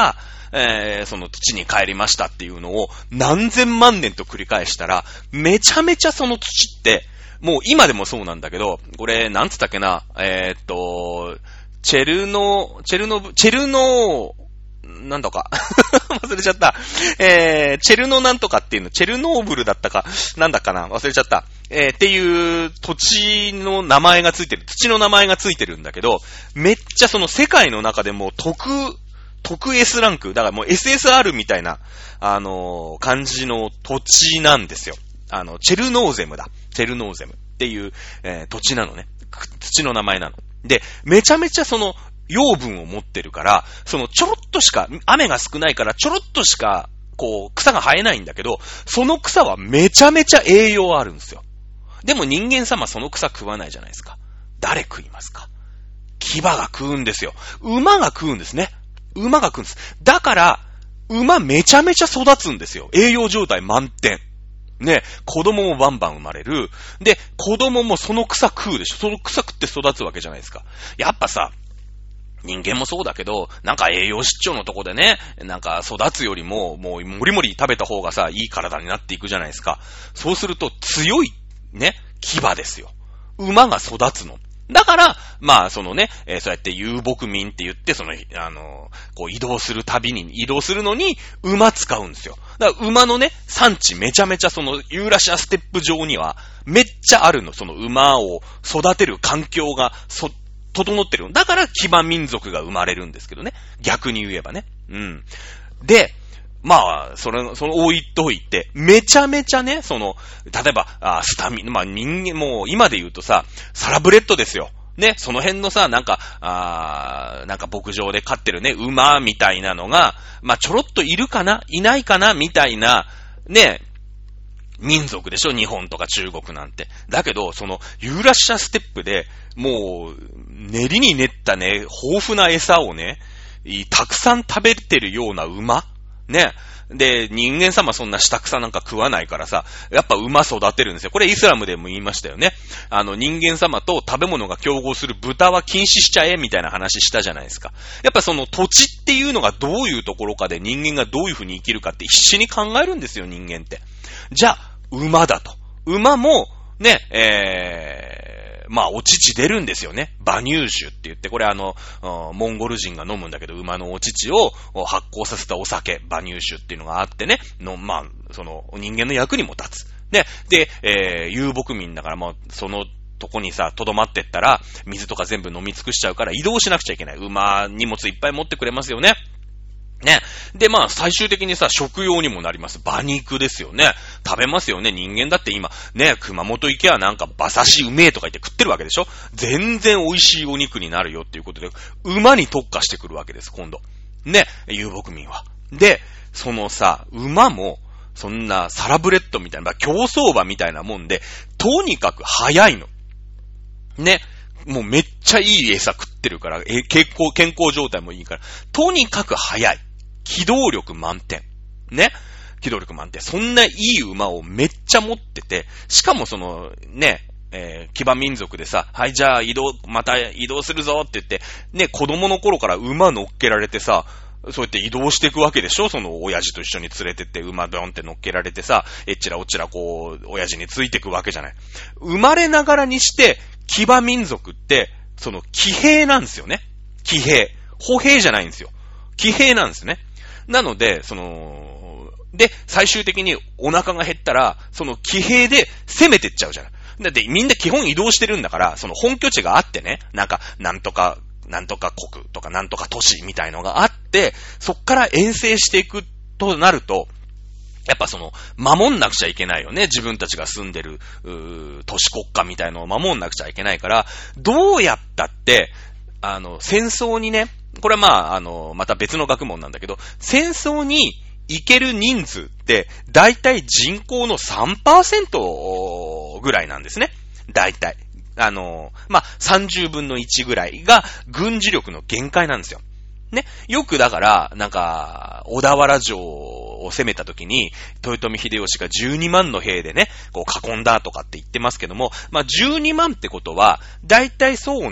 えー、その土に帰りましたっていうのを何千万年と繰り返したら、めちゃめちゃその土って、もう今でもそうなんだけど、これ、なんつったっけな、えー、っと、チェルノ、チェルノブ、チェルノ、なんだか、忘れちゃった。えー、チェルノなんとかっていうの、チェルノーブルだったか、なんだかな、忘れちゃった。えー、っていう土地の名前がついてる、土の名前がついてるんだけど、めっちゃその世界の中でも特、特 S ランク、だからもう エスエスアール みたいな、あのー、感じの土地なんですよ。あの、チェルノーゼムだ。チェルノーゼムっていう、えー、土地なのね。土の名前なの。で、めちゃめちゃその、養分を持ってるから、そのちょろっとしか、雨が少ないからちょろっとしか、こう、草が生えないんだけど、その草はめちゃめちゃ栄養あるんですよ。でも人間様その草食わないじゃないですか。誰食いますか？牙が食うんですよ。馬が食うんですね。馬が食うんです。だから、馬めちゃめちゃ育つんですよ。栄養状態満点。ね、子供もバンバン生まれる。で、子供もその草食うでしょ。その草食って育つわけじゃないですか。やっぱさ、人間もそうだけど、なんか栄養失調のとこでね、なんか育つよりも、もうもりもり食べた方がさ、いい体になっていくじゃないですか。そうすると強い、ね、牙ですよ。馬が育つの。だから、まあ、そのね、えー、そうやって遊牧民って言って、その、あのー、こう移動するたびに、移動するのに、馬使うんですよ。だから馬のね、産地めちゃめちゃその、ユーラシアステップ上には、めっちゃあるの。その馬を育てる環境が、そ、整ってる。だから騎馬民族が生まれるんですけどね。逆に言えばね。うん。で、まあ、それ、その置いといて、めちゃめちゃね、その、例えば、あスタミナ、まあ人間、もう今で言うとさ、サラブレッドですよ。ね、その辺のさ、なんか、あなんか牧場で飼ってるね、馬みたいなのが、まあちょろっといるかないないかなみたいな、ね、民族でしょ、日本とか中国なんて。だけど、その、ユーラシアステップで、もう、練りに練ったね、豊富な餌をね、たくさん食べてるような馬ね。で、人間様そんな下草なんか食わないからさ、やっぱ馬育てるんですよ。これイスラムでも言いましたよね。あの、人間様と食べ物が競合する豚は禁止しちゃえ、みたいな話したじゃないですか。やっぱその土地っていうのがどういうところかで人間がどういうふうに生きるかって必死に考えるんですよ、人間って。じゃあ、馬だと。馬も、ね、えー、まあ、お乳出るんですよね。馬乳酒って言って、これあの、モンゴル人が飲むんだけど、馬のお乳を発酵させたお酒、馬乳酒っていうのがあってね、の、まあ、その、人間の役にも立つ。ね、で、えー、遊牧民だから、まあ、その、とこにさ、とどまってったら、水とか全部飲み尽くしちゃうから移動しなくちゃいけない。馬、荷物いっぱい持ってくれますよね。ね。で、まあ、最終的にさ、食用にもなります。馬肉ですよね。食べますよね。人間だって今、ね、熊本行けばなんか馬刺しうめえとか言って食ってるわけでしょ。全然美味しいお肉になるよっていうことで、馬に特化してくるわけです、今度。ね、遊牧民は。で、そのさ、馬も、そんなサラブレッドみたいな、競走馬みたいなもんで、とにかく速いの。ね。もうめっちゃいい餌食ってるから、え、健康、健康状態もいいから、とにかく速い。機動力満点。ね。機動力満点。そんないい馬をめっちゃ持ってて、しかもその、ね、えー、騎馬民族でさ、はい、じゃあ移動、また移動するぞって言って、ね、子供の頃から馬乗っけられてさ、そうやって移動していくわけでしょ。その親父と一緒に連れてって馬ドンって乗っけられてさ、えっちらおっちらこう、親父についていくわけじゃない。生まれながらにして、騎馬民族って、その騎兵なんですよね。騎兵。歩兵じゃないんですよ。騎兵なんですね。なので、その、で、最終的にお腹が減ったら、その騎兵で攻めてっちゃうじゃない。だってみんな基本移動してるんだから、その本拠地があってね、なんか、なんとか、なんとか国とかなんとか都市みたいのがあって、そっから遠征していくとなると、やっぱその、守んなくちゃいけないよね。自分たちが住んでる、うー、都市国家みたいのを守んなくちゃいけないから、どうやったって、あの、戦争にね、これはまあ、あの、また別の学問なんだけど、戦争に行ける人数って、だいたい人口の さんパーセント ぐらいなんですね。だいたい。あの、まあ、さんじゅうぶんのいちぐらいが軍事力の限界なんですよ。ね。よくだから、なんか、小田原城を攻めた時に、豊臣秀吉がじゅうにまんの兵でね、こう囲んだとかって言ってますけども、まあ、じゅうにまんってことは、だいたいそうね、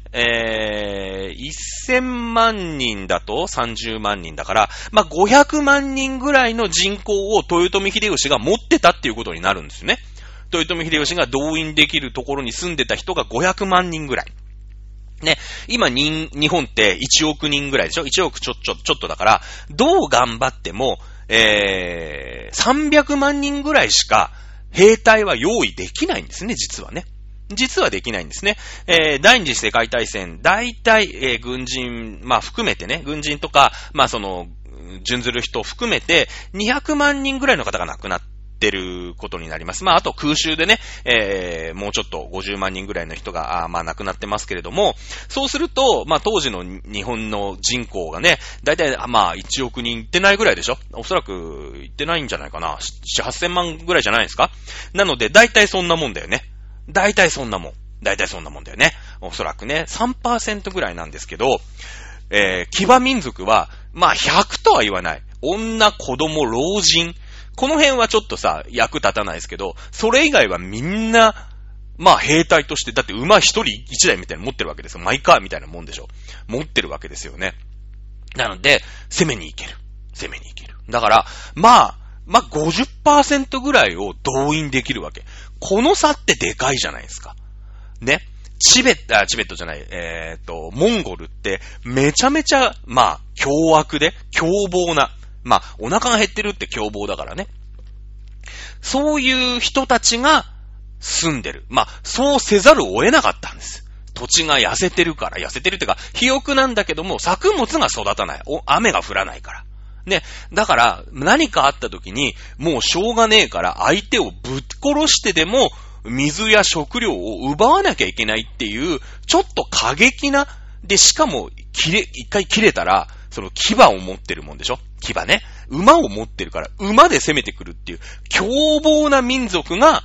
えー、せんまんにんだとさんじゅうまんにんだから、まあ、ごひゃくまんにんぐらいの人口を豊臣秀吉が持ってたっていうことになるんですよね。豊臣秀吉が動員できるところに住んでた人がごひゃくまんにんぐらい。ね、今に日本っていちおくにんぐらいでしょ ?いち 億ちょ、ちょ、ちょっとだから、どう頑張っても、えー、さんびゃくまんにんぐらいしか兵隊は用意できないんですね、実はね。実はできないんですね。えー、第二次世界大戦、大体、えー、軍人、まあ含めてね、軍人とか、まあその、準ずる人含めて、にひゃくまんにんぐらいの方が亡くなってることになります。まああと空襲でね、えー、もうちょっとごじゅうまんにんぐらいの人が、あまあ亡くなってますけれども、そうすると、まあ当時の日本の人口がね、大体、まあいちおくにんいってないぐらいでしょ？おそらくいってないんじゃないかな。なな、はっせんまんぐらいじゃないですか？なので、大体そんなもんだよね。大体そんなもん。大体そんなもんだよね。おそらくね、さんパーセント ぐらいなんですけど、えー、騎馬民族は、まあひゃくとは言わない。女、子供、老人。この辺はちょっとさ、役立たないですけど、それ以外はみんな、まあ兵隊として、だって馬一人一台みたいなの持ってるわけですよ。マイカーみたいなもんでしょ。持ってるわけですよね。なので、攻めに行ける。攻めに行ける。だから、まあ、まあ ごじゅっパーセント ぐらいを動員できるわけ。この差ってでかいじゃないですか。ね。チベット、あ、チベットじゃない、えーっと、モンゴルってめちゃめちゃ、まあ、凶悪で、凶暴な、まあ、お腹が減ってるって凶暴だからね。そういう人たちが住んでる。まあ、そうせざるを得なかったんです。土地が痩せてるから、痩せてるってか、肥沃なんだけども、作物が育たない。お、雨が降らないから。ね。だから、何かあった時に、もうしょうがねえから、相手をぶっ殺してでも、水や食料を奪わなきゃいけないっていう、ちょっと過激な、で、しかも、切れ、一回切れたら、その牙を持ってるもんでしょ？牙ね。馬を持ってるから、馬で攻めてくるっていう、凶暴な民族が、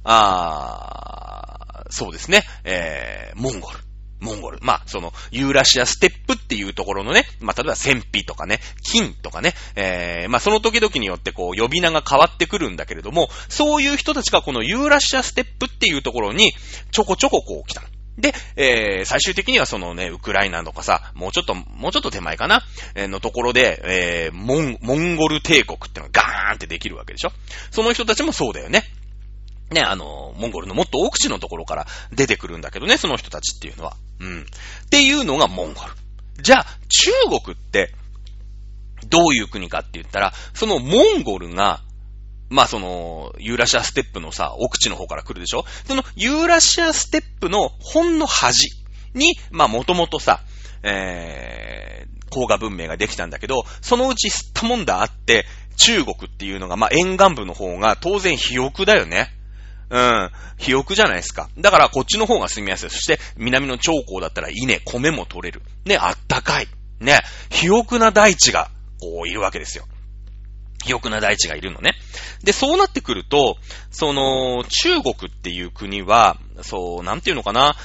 あー、そうですね、えー、モンゴル。モンゴル。まあ、その、ユーラシアステップっていうところのね、まあ、例えば、戦費とかね、金とかね、えー、まあ、その時々によってこう、呼び名が変わってくるんだけれども、そういう人たちがこのユーラシアステップっていうところに、ちょこちょここう来た。で、えー、最終的にはそのね、ウクライナとかさ、もうちょっと、もうちょっと手前かな、えー、のところで、えー、モン、モンゴル帝国っていうのがガーンってできるわけでしょ？その人たちもそうだよね。ね、あの、モンゴルのもっと奥地のところから出てくるんだけどね、その人たちっていうのは。うん。っていうのがモンゴル。じゃあ、中国って、どういう国かって言ったら、そのモンゴルが、まあその、ユーラシアステップのさ、奥地の方から来るでしょ？そのユーラシアステップのほんの端に、まあもともとさ、えー、黄河文明ができたんだけど、そのうち吸ったもんだあって、中国っていうのが、まあ沿岸部の方が当然肥沃だよね。うん。肥沃じゃないですか。だからこっちの方が住みやすい。そして南の長江だったら稲、米も取れる。ね、あったかい。ね、肥沃な大地が、こういるわけですよ。肥沃な大地がいるのね。で、そうなってくると、その、中国っていう国は、そう、なんていうのかな、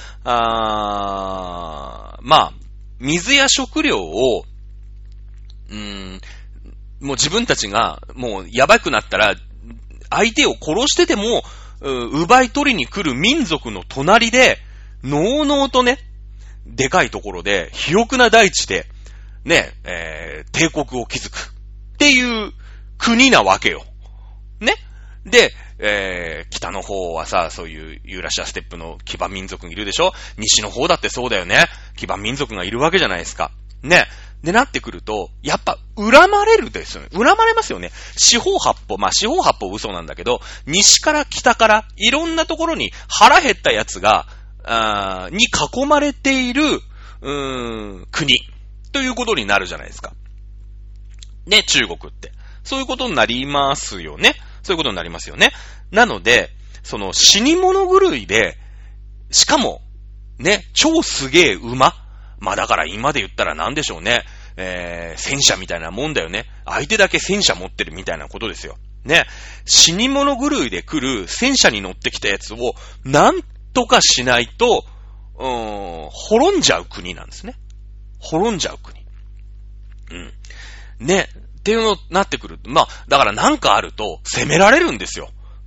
あー、まあ、水や食料を、うーん、もう自分たちが、もうやばくなったら、相手を殺してでも、奪い取りに来る民族の隣で、のうのうとね、でかいところで、肥沃な大地で、ね、えー、帝国を築くっていう国なわけよ。ね。で、えー、北の方はさ、そういうユーラシアステップの騎馬民族がいるでしょ？西の方だってそうだよね。騎馬民族がいるわけじゃないですか。ね。で、なってくると、やっぱ、恨まれるですよね。恨まれますよね。四方八方、まあ四方八方嘘なんだけど、西から北から、いろんなところに腹減ったやつが、あーに囲まれている、うーん、国、ということになるじゃないですか。ね、中国って。そういうことになりますよね。そういうことになりますよね。なので、その死に物狂いで、しかも、ね、超すげえ馬。まあだから今で言ったら何でしょうね。えー、戦車みたいなもんだよね。相手だけ戦車持ってるみたいなことですよ。ね。死に物狂いで来る戦車に乗ってきたやつをなんとかしないと、うーん、滅んじゃう国なんですね。滅んじゃう国。うん。ね。っていうのになってくる。まあ、だからなんかあると攻められるんですよ。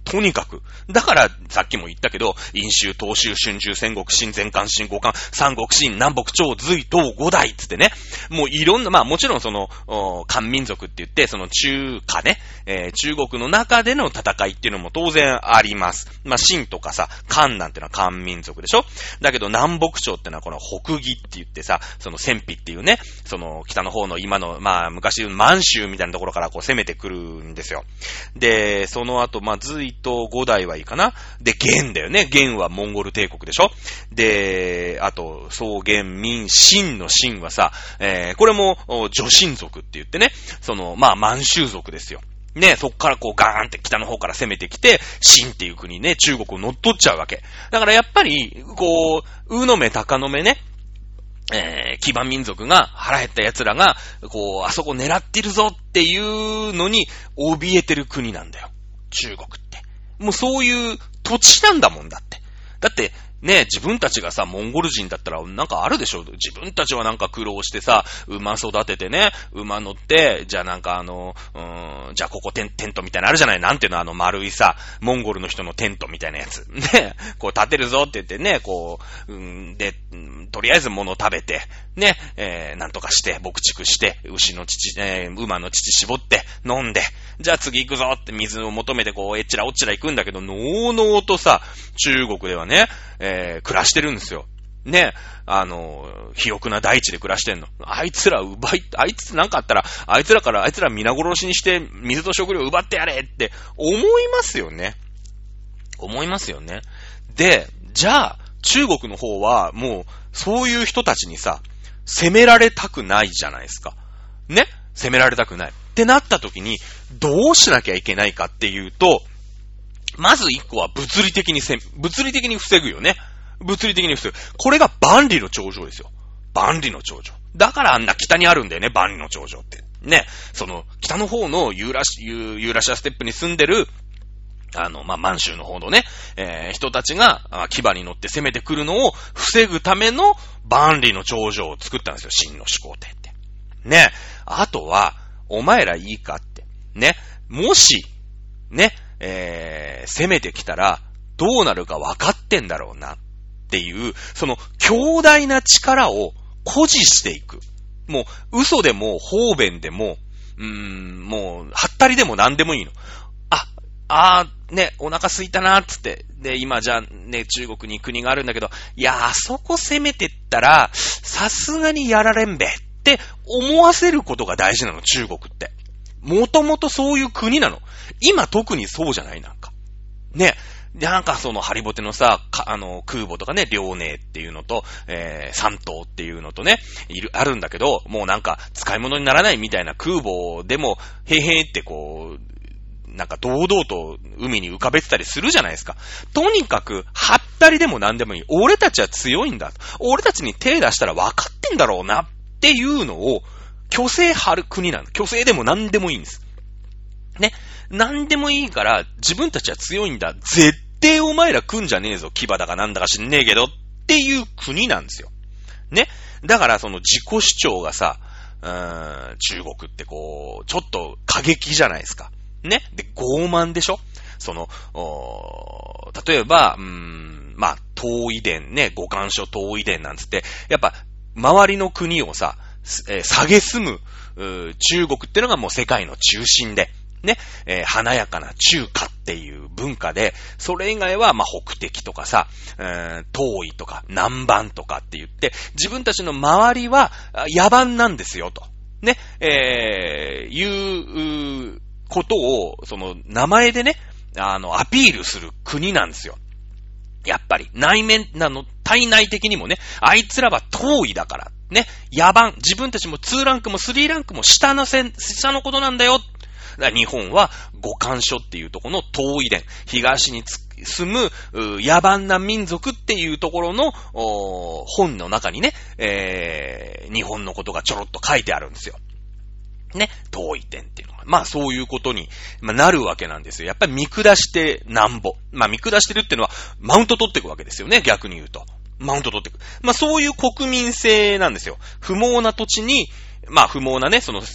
とにかく。だから、さっきも言ったけど、殷周、東周、春秋、戦国、秦、前漢、秦、後漢、三国、秦、南北朝、隋、東、五代つってね。もういろんな、まあもちろんその、漢民族って言って、その中華ね、えー、中国の中での戦いっていうのも当然あります。まあ秦とかさ、漢なんてのは漢民族でしょ。だけど南北朝ってのはこの北魏って言ってさ、その戦費っていうね、その北の方の今の、まあ昔満州みたいなところからこう攻めてくるんですよ。で、その後、まあ隋と五代はいいかな。で、元だよね。元はモンゴル帝国でしょ。で、あと、草原民、秦の秦はさ、えー、これも、女真族って言ってね、その、まあ満州族ですよ。ね、そっからこうガーンって北の方から攻めてきて、秦っていう国ね、中国を乗っ取っちゃうわけ。だからやっぱり、こう、うの目高の目ね、えー、騎馬民族が腹減った奴らが、こう、あそこ狙ってるぞっていうのに、怯えてる国なんだよ。中国って。もうそういう土地なんだもんだって。だって、ね、自分たちがさ、モンゴル人だったらなんかあるでしょ。自分たちはなんか苦労してさ、馬育ててね、馬乗って、じゃあなんかあの、うーん、じゃあここテン、テントみたいなのあるじゃない。なんていうの、あの丸いさ、モンゴルの人のテントみたいなやつ。ね、こう建てるぞって言ってね、こう、うん、で、とりあえず物を食べて、ね、えー、なんとかして、牧畜して、牛の乳、えー、馬の乳絞って、飲んで、じゃあ次行くぞって水を求めてこう、えっちらおっちら行くんだけど、のうのうとさ、中国ではね、えー、暮らしてるんですよ。ね、あの、肥沃な大地で暮らしてんの。あいつら奪い、あいつなんかあったら、あいつらから、あいつら皆殺しにして、水と食料奪ってやれって思いますよね。思いますよね。で、じゃあ、中国の方は、もう、そういう人たちにさ、攻められたくないじゃないですか。ね？攻められたくない。ってなった時に、どうしなきゃいけないかっていうと、まず一個は物理的にせ、物理的に防ぐよね。物理的に防ぐ。これが万里の長城ですよ。万里の長城。だからあんな北にあるんだよね、万里の長城って。ね。その、北の方のユーラシ、ユーラシアステップに住んでる、あの、まあ、満州の方のね、えー、人たちが、騎馬に乗って攻めてくるのを防ぐための万里の長城を作ったんですよ、秦の始皇帝って。ね。あとは、お前らいいかって。ね。もし、ね、えー、攻めてきたら、どうなるか分かってんだろうな、っていう、その、強大な力を誇示していく。もう、嘘でも、方便でも、うーん、もう、はったりでも何でもいいの。あ、あー、ね、お腹空いたなーっつって。で、今じゃあね、中国に国があるんだけど、いや、あそこ攻めてったら、さすがにやられんべって思わせることが大事なの、中国って。もともとそういう国なの。今特にそうじゃないなんか。ね。で、なんかそのハリボテのさ、あの、空母とかね、遼寧っていうのと、えー、山東っていうのとね、いる、あるんだけど、もうなんか使い物にならないみたいな空母でも、へーへーってこう、なんか堂々と海に浮かべてたりするじゃないですか。とにかく、はったりでも何でもいい。俺たちは強いんだ。俺たちに手出したら分かってんだろうなっていうのを、虚勢張る国なんだ。虚勢でも何でもいいんです。ね。何でもいいから、自分たちは強いんだ。絶対お前ら来んじゃねえぞ。騎馬だかなんだか知んねえけど。っていう国なんですよ。ね。だからその自己主張がさ、うーん、中国ってこう、ちょっと過激じゃないですか。ね。で、傲慢でしょ？その、例えば、うーん、まあ、東夷伝ね、五漢書東夷伝なんつって、やっぱ、周りの国をさ、えー、蔑む、中国ってのがもう世界の中心で、ね、えー、華やかな中華っていう文化で、それ以外は、まあ、北敵とかさ、えー、東夷とか南蛮とかって言って、自分たちの周りは野蛮なんですよと。ね、えー、いう、ことを、その、名前でね、あの、アピールする国なんですよ。やっぱり、内面、なの、体内的にもね、あいつらは遠いだから、ね、野蛮、自分たちもにランクもさんランクも下のせん、下のことなんだよ。だから日本は、五漢書っていうところの東夷伝、東に住む、野蛮な民族っていうところの、本の中にね、えー、日本のことがちょろっと書いてあるんですよ。ね、遠い点っていうのは。まあそういうことに、まあ、なるわけなんですよ。やっぱり見下してなんぼ。まあ見下してるっていうのは、マウント取っていくわけですよね、逆に言うと。マウント取っていく。まあそういう国民性なんですよ。不毛な土地に、まあ不毛なね、そのステップ、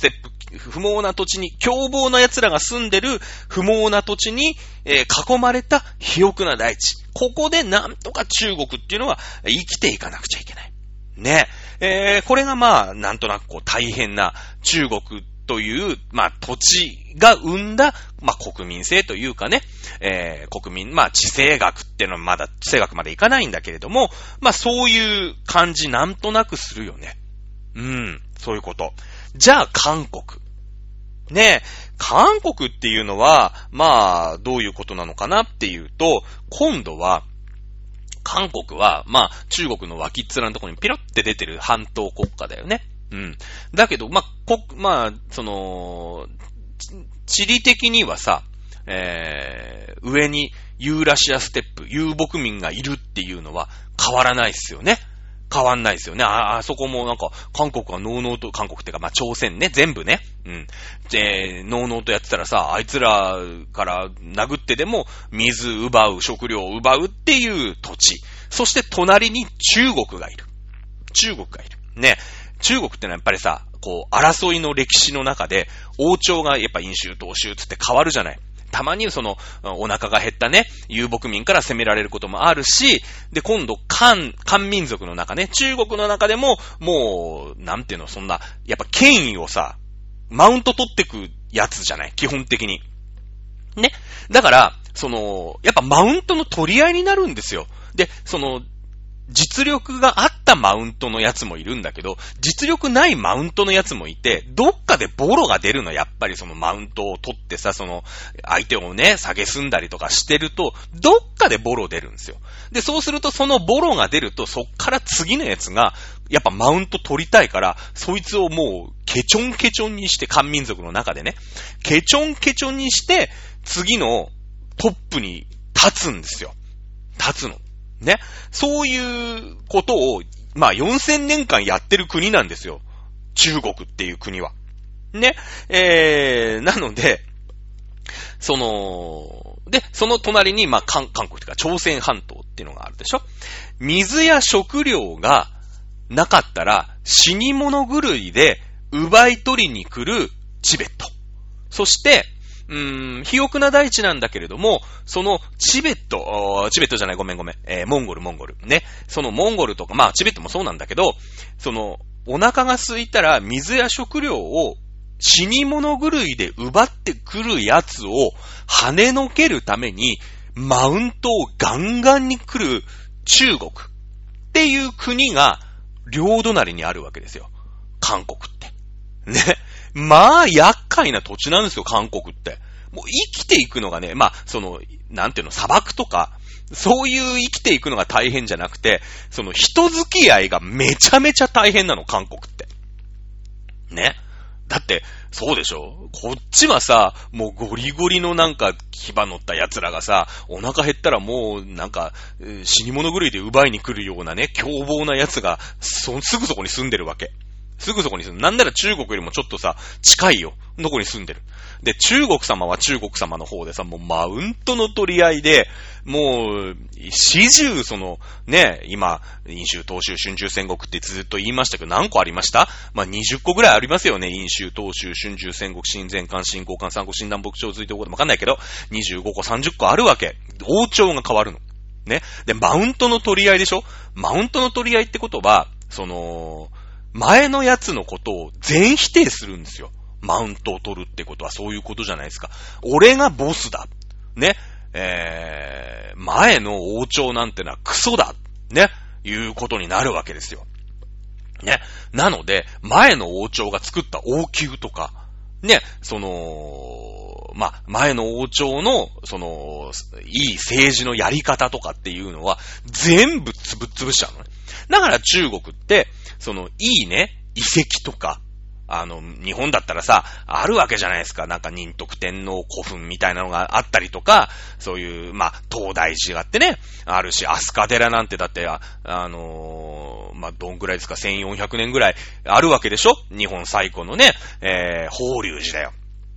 不毛な土地に、凶暴な奴らが住んでる不毛な土地に、えー、囲まれた肥沃な大地。ここでなんとか中国っていうのは生きていかなくちゃいけない。ね。えー、これがまあ、なんとなくこう大変な中国という、まあ土地が生んだ、まあ国民性というかね、えー、国民、まあ地政学っていうのはまだ地政学までいかないんだけれども、まあそういう感じなんとなくするよね。うん、そういうこと。じゃあ韓国。ねえ、韓国っていうのは、まあどういうことなのかなっていうと、今度は、韓国は、まあ、中国の脇っ面のところにピロって出てる半島国家だよね。うん。だけど、まあ、こ、まあ、その、地理的にはさ、えー、上にユーラシアステップ、遊牧民がいるっていうのは変わらないっすよね。変わんないですよね。あ、あそこもなんか、韓国はノーノーと、韓国ってか、まあ、朝鮮ね、全部ね。うん。で、ノーノーとやってたらさ、あいつらから殴ってでも、水奪う、食料を奪うっていう土地。そして隣に中国がいる。中国がいる。ね。中国ってのはやっぱりさ、こう、争いの歴史の中で、王朝がやっぱ飲酒、踏襲つって変わるじゃない。たまにその、お腹が減ったね、遊牧民から攻められることもあるし、で、今度、漢、漢民族の中ね、中国の中でも、もう、なんていうの、そんな、やっぱ権威をさ、マウント取ってくやつじゃない、基本的に。ね。だから、その、やっぱマウントの取り合いになるんですよ。で、その、実力があったマウントのやつもいるんだけど、実力ないマウントのやつもいて、どっかでボロが出るの、やっぱりそのマウントを取ってさ、その、相手をね、下げすんだりとかしてると、どっかでボロ出るんですよ。で、そうするとそのボロが出ると、そっから次のやつが、やっぱマウント取りたいから、そいつをもう、ケチョンケチョンにして、漢民族の中でね、ケチョンケチョンにして、次のトップに立つんですよ。立つの。ね。そういうことを、まあよんせんねんかんやってる国なんですよ。中国っていう国は。ね。えー、なので、その、で、その隣に、まあ韓、韓国というか朝鮮半島っていうのがあるでしょ。水や食料がなかったら死に物狂いで奪い取りに来るチベット。そして、うーん、肥沃な大地なんだけれども、そのチベット、チベットじゃない、ごめんごめん、えー、モンゴル、モンゴル。ね。そのモンゴルとか、まあチベットもそうなんだけど、その、お腹が空いたら水や食料を死に物狂いで奪ってくるやつを跳ねのけるために、マウントをガンガンに来る中国っていう国が両隣にあるわけですよ。韓国って。ね。まあ、厄介な土地なんですよ、韓国って。もう生きていくのがね、まあ、その、なんていうの、砂漠とか、そういう生きていくのが大変じゃなくて、その人付き合いがめちゃめちゃ大変なの、韓国って。ね。だって、そうでしょ？こっちはさ、もうゴリゴリのなんか牙乗った奴らがさ、お腹減ったらもうなんか、死に物狂いで奪いに来るようなね、凶暴な奴が、そ、すぐそこに住んでるわけ。すぐそこに住んでる。なんなら中国よりもちょっとさ、近いよ。どこに住んでる。で、中国様は中国様の方でさ、もうマウントの取り合いで、もう、始終その、ね、今、飲酒、東州、春秋戦国ってずっと言いましたけど、何個ありました？まあ、にじゅっこぐらいありますよね。飲酒、東州、春秋戦国、新前漢、新後漢、三国、新南北朝、隋東でもわかんないけど、にじゅうごこ、さんじゅっこあるわけ。王朝が変わるの。ね。で、マウントの取り合いでしょ？マウントの取り合いってことは、その、前のやつのことを全否定するんですよ。マウントを取るってことはそういうことじゃないですか。俺がボスだ。ね。えー、前の王朝なんてのはクソだ。ね。いうことになるわけですよ。ね。なので、前の王朝が作った王宮とか、ね、その、まあ、前の王朝の、その、いい政治のやり方とかっていうのは、全部つぶっつぶしちゃうのね。だから中国って、その、いいね、遺跡とか、あの、日本だったらさ、あるわけじゃないですか。なんか仁徳天皇古墳みたいなのがあったりとか、そういう、まあ、東大寺があってね、あるし、飛鳥寺なんてだって、あ、あのー、まあ、どんぐらいですか、せんよんひゃくねんぐらいあるわけでしょ？日本最古のね、えー、法隆寺だよ。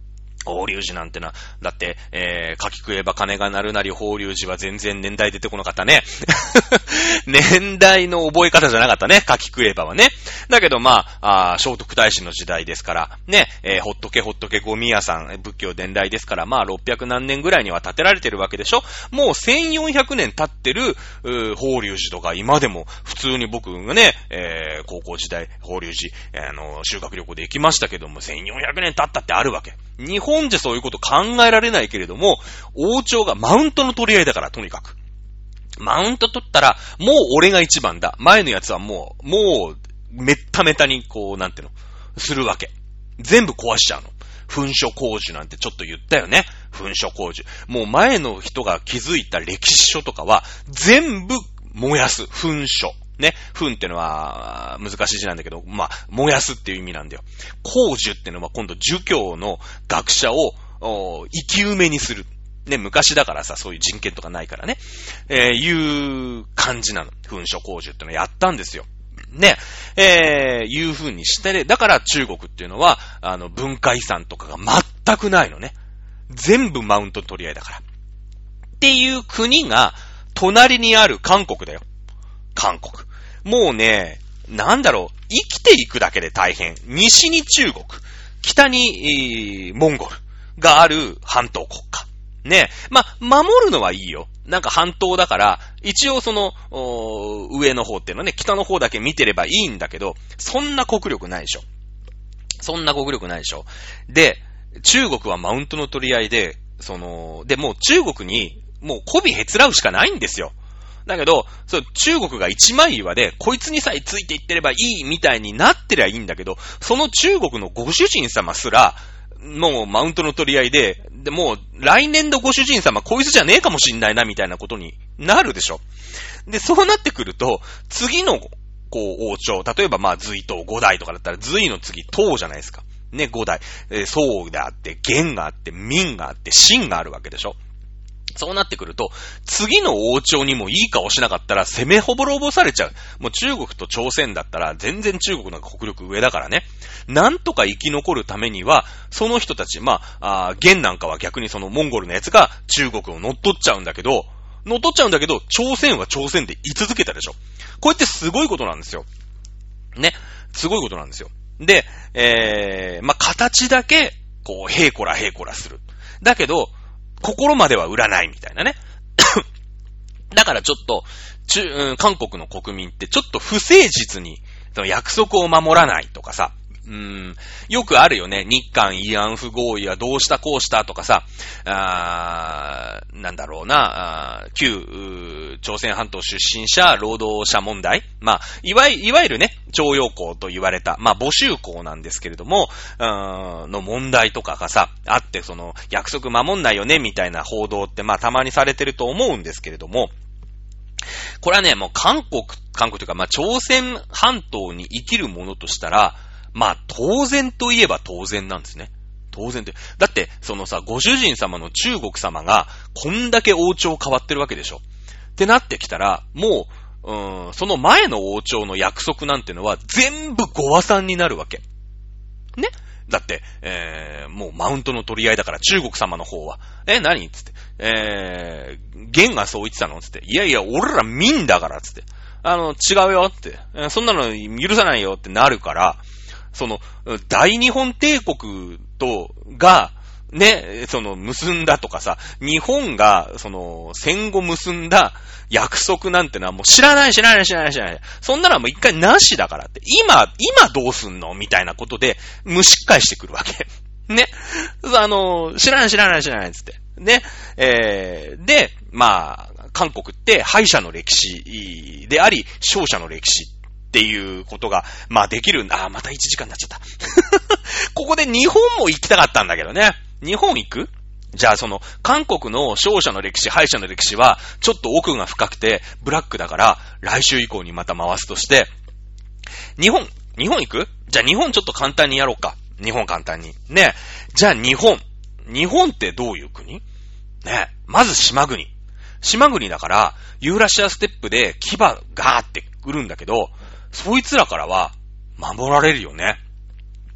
法隆寺なんてな、だって、えー、柿食えば金が鳴るなり法隆寺は全然年代出てこなかったね。年代の覚え方じゃなかったね。柿食えばはね。だけどまあ、あ聖徳太子の時代ですから、ね、えー、ほっとけほっとけゴミ屋さん、仏教伝来ですから、まあろっぴゃく何年ぐらいには建てられてるわけでしょ。もうせんよんひゃくねん経ってる、う法隆寺とか今でも普通に僕がね、えー、高校時代、法隆寺、あの、修学旅行で行きましたけども、せんよんひゃくねん経ったってあるわけ。日本じゃそういうこと考えられないけれども、王朝がマウントの取り合いだから、とにかく。マウント取ったら、もう俺が一番だ。前のやつはもう、もう、めっためたに、こう、なんていうの、するわけ。全部壊しちゃうの。噴書工事なんてちょっと言ったよね。噴書工事。もう前の人が築いた歴史書とかは、全部燃やす。噴書。ね。噴ってのは、難しい字なんだけど、まあ、燃やすっていう意味なんだよ。工事ってのは今度儒教の学者を、生き埋めにする。ね、昔だからさ、そういう人権とかないからね。えー、いう感じなの。噴書工事ってのをやったんですよ。ね、えー、いう風にして、だから中国っていうのは、あの、文化遺産とかが全くないのね。全部マウント取り合いだから。っていう国が、隣にある韓国だよ。韓国。もうね、なんだろう、生きていくだけで大変。西に中国、北に、えー、モンゴルがある半島国家。ね。まあ、守るのはいいよ。なんか半島だから、一応その、上の方っていうのはね、北の方だけ見てればいいんだけど、そんな国力ないでしょ。そんな国力ないでしょ。で、中国はマウントの取り合いで、その、で、もう中国に、もう媚びへつらうしかないんですよ。だけど、そう、中国が一枚岩で、こいつにさえついていってればいいみたいになってりゃいいんだけど、その中国のご主人様すら、もうマウントの取り合いで、で、もう来年のご主人様こいつじゃねえかもしんないなみたいなことになるでしょ。で、そうなってくると、次の、こう、王朝、例えばまあ、隋唐五代とかだったら、隋の次、唐じゃないですか。ね、五代。えー、宋があって、元があって、明があって、清があるわけでしょ。そうなってくると、次の王朝にもいい顔しなかったら攻めほぼろぼされちゃう。もう中国と朝鮮だったら全然中国の国力上だからね。なんとか生き残るためには、その人たち、まあ、あ元なんかは逆にそのモンゴルのやつが中国を乗っ取っちゃうんだけど、乗っ取っちゃうんだけど、朝鮮は朝鮮で居続けたでしょ。こうやってすごいことなんですよ。ね。すごいことなんですよ。で、えー、まあ、形だけ、こう、へいこらへいこらする。だけど、心までは売らないみたいなね。だからちょっと、中、うん、韓国の国民ってちょっと不誠実にその約束を守らないとかさ、うーん、よくあるよね。日韓慰安婦合意はどうしたこうしたとかさ、あーなんだろうな、あ旧朝鮮半島出身者労働者問題、まあいわゆるいわゆるね徴用工と言われた、まあ募集工なんですけれども、あの問題とかがさあって、その約束守んないよねみたいな報道ってまあたまにされてると思うんですけれども。これはね、もう韓国、韓国というか、まあ、朝鮮半島に生きるものとしたら、まあ、当然といえば当然なんですね。当然って。だって、そのさ、ご主人様の中国様が、こんだけ王朝変わってるわけでしょ。ってなってきたら、もう、うーん、その前の王朝の約束なんてのは、全部ご和算になるわけ。ね。だって、えー、もうマウントの取り合いだから中国様の方は、え、何つって、えー、元がそう言ってたのつって、いやいや、俺ら民だからつって、あの、違うよって、えー、そんなの許さないよってなるから、その、大日本帝国と、が、ね、その、結んだとかさ、日本が、その、戦後結んだ約束なんてのはもう知らない知らない知らない知らない。そんなのはもう一回なしだからって。今、今どうすんのみたいなことで、蒸し返してくるわけ。ね。あの、知らない知らない知らないっつって。ね。えー、で、まあ、韓国って敗者の歴史であり、勝者の歴史。っていうことが、まあできるんだ。あ、またいちじかんになっちゃった。ここで日本も行きたかったんだけどね。日本行く？じゃあその、韓国の勝者の歴史、敗者の歴史は、ちょっと奥が深くて、ブラックだから、来週以降にまた回すとして、日本、日本行く？じゃあ日本ちょっと簡単にやろうか。日本簡単に。ね。じゃあ日本。日本ってどういう国？ね。まず島国。島国だから、ユーラシアステップで牙がーってくるんだけど、そいつらからは守られるよね。一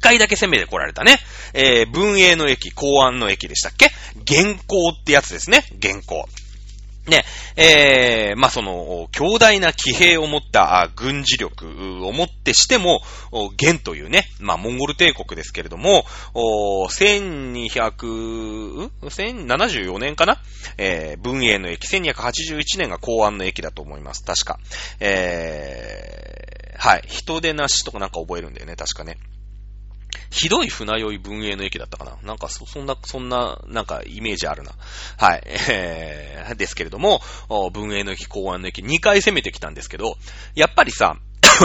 回だけ攻めてこられたね。えー、文永の駅、公安の駅でしたっけ？元寇ってやつですね。元寇。ね、えー、まあ、その、強大な騎兵を持った軍事力をもってしても、元というね、まあ、モンゴル帝国ですけれども、せんにひゃく、せんななじゅうよねんかな、えー、文永の駅、せんにひゃくはちじゅういちねんが公安の駅だと思います。確か。えー、はい。人手なしとかなんか覚えるんだよね、確かね。ひどい船酔い文永の駅だったかな。なんかそ、そんな、そんな、なんかイメージあるな。はい。えー、ですけれども、文永の駅、公安の駅、にかい攻めてきたんですけど、やっぱりさ、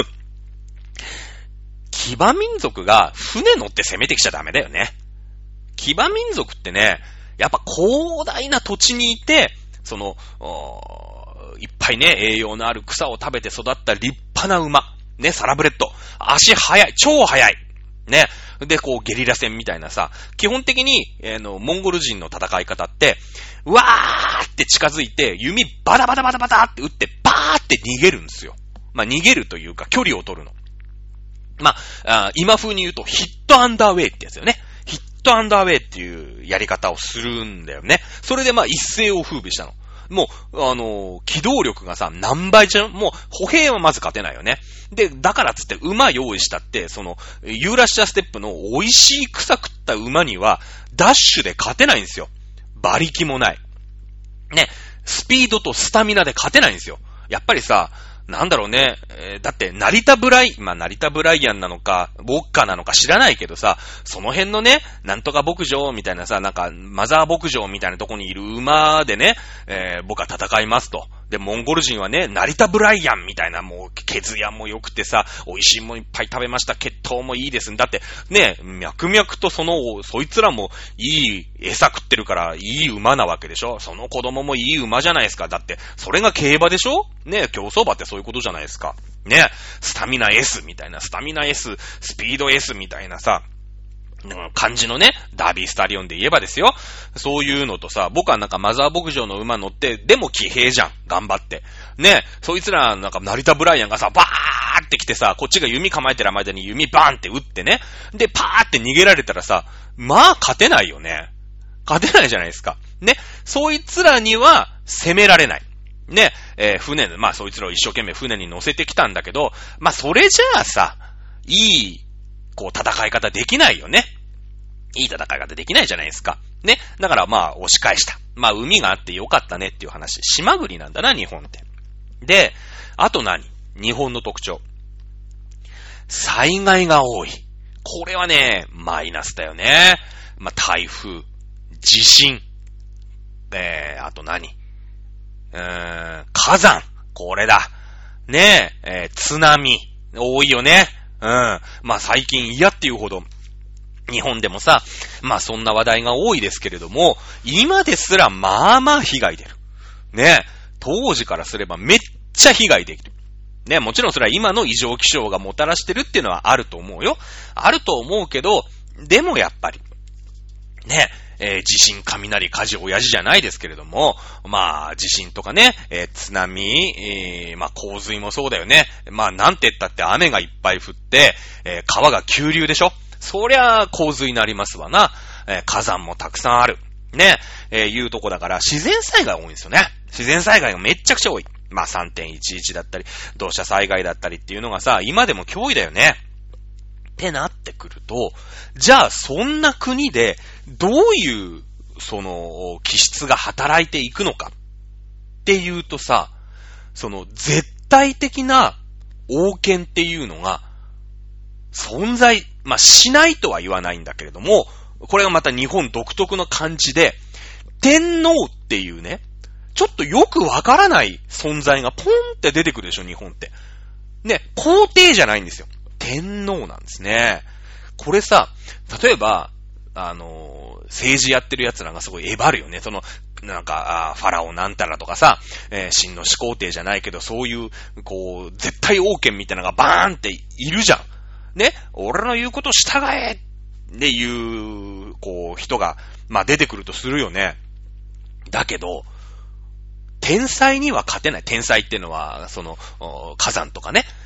騎馬民族が船乗って攻めてきちゃダメだよね。騎馬民族ってね、やっぱ広大な土地にいて、その、いっぱいね、栄養のある草を食べて育った立派な馬。ね、サラブレッド。足速い。超速い。ね。で、こう、ゲリラ戦みたいなさ、基本的に、えー、の、モンゴル人の戦い方って、うわーって近づいて、弓バタバタバタバタって撃って、バーって逃げるんですよ。まあ、逃げるというか、距離を取るの。まあ、あ今風に言うと、ヒットアンダーウェイってやつよね。ヒットアンダーウェイっていうやり方をするんだよね。それでまあ、一世を風靡したの。もう、あのー、機動力がさ、何倍じゃん？もう、歩兵はまず勝てないよね。で、だからつって馬用意したって、その、ユーラシアステップの美味しい草食った馬には、ダッシュで勝てないんですよ。馬力もない。ね、スピードとスタミナで勝てないんですよ。やっぱりさ、なんだろうね、えー、だって、成田ブライ、まあ、成田ブライアンなのか、ウォッカなのか知らないけどさ、その辺のね、なんとか牧場みたいなさ、なんか、マザー牧場みたいなとこにいる馬でね、えー、僕は戦いますと。で、モンゴル人はね、成田ブライアンみたいな、もう、毛艶も良くてさ、美味しいもんいっぱい食べました。血統もいいです。だって、ね、脈々とその、そいつらもいい餌食ってるから、いい馬なわけでしょ。その子供もいい馬じゃないですか。だって、それが競馬でしょ？ね、競走馬ってそういうことじゃないですか。ね、スタミナ S みたいな、スタミナ S、スピード S みたいなさ、感じのね、ダービースタリオンで言えばですよ。そういうのとさ、僕はなんかマザー牧場の馬乗って、でも騎兵じゃん。頑張って。ね、そいつらなんか成田ブライアンがさ、バーって来てさ、こっちが弓構えてる間に弓バーンって撃ってね。で、パーって逃げられたらさ、まあ勝てないよね。勝てないじゃないですか。ね、そいつらには攻められない。ね、えー、船で、まあそいつらを一生懸命船に乗せてきたんだけど、まあそれじゃあさ、いい、こう戦い方できないよね。いい戦い方できないじゃないですか。ね。だからまあ押し返した。まあ海があってよかったねっていう話。島国なんだな、日本って。で、あと何？日本の特徴。災害が多い。これはね、マイナスだよね。まあ台風、地震、えー、あと何？うーん、火山。これだ。ねえ、えー、津波。多いよね。うん。まあ最近嫌っていうほど、日本でもさ、まあそんな話題が多いですけれども、今ですらまあまあ被害出る。ね。当時からすればめっちゃ被害できる。ね。もちろんそれは今の異常気象がもたらしてるっていうのはあると思うよ。あると思うけど、でもやっぱり、ね。えー、地震、雷、火事、親父じゃないですけれども、まあ、地震とかね、えー、津波、えー、まあ、洪水もそうだよね。まあ、なんて言ったって雨がいっぱい降って、えー、川が急流でしょ？そりゃ、洪水になりますわな。えー、火山もたくさんある。ね、えー、いうとこだから、自然災害が多いんですよね。自然災害がめっちゃくちゃ多い。まあ、さんてんいちいち だったり、土砂災害だったりっていうのがさ、今でも脅威だよね。ってなってくると、じゃあそんな国でどういうその気質が働いていくのかっていうとさ、その絶対的な王権っていうのが存在、まあしないとは言わないんだけれども、これがまた日本独特の感じで、天皇っていうね、ちょっとよくわからない存在がポンって出てくるでしょ、日本って。ね、皇帝じゃないんですよ。天皇なんですね。これさ、例えば、あのー、政治やってる奴らがすごいえばるよね。その、なんか、ファラオなんたらとかさ、えー、真の始皇帝じゃないけど、そういう、こう、絶対王権みたいなのがバーンっているじゃん。ね、俺の言うこと従えっていう、こう、人が、まあ出てくるとするよね。だけど、天才には勝てない。天才っていうのは、その、火山とかね、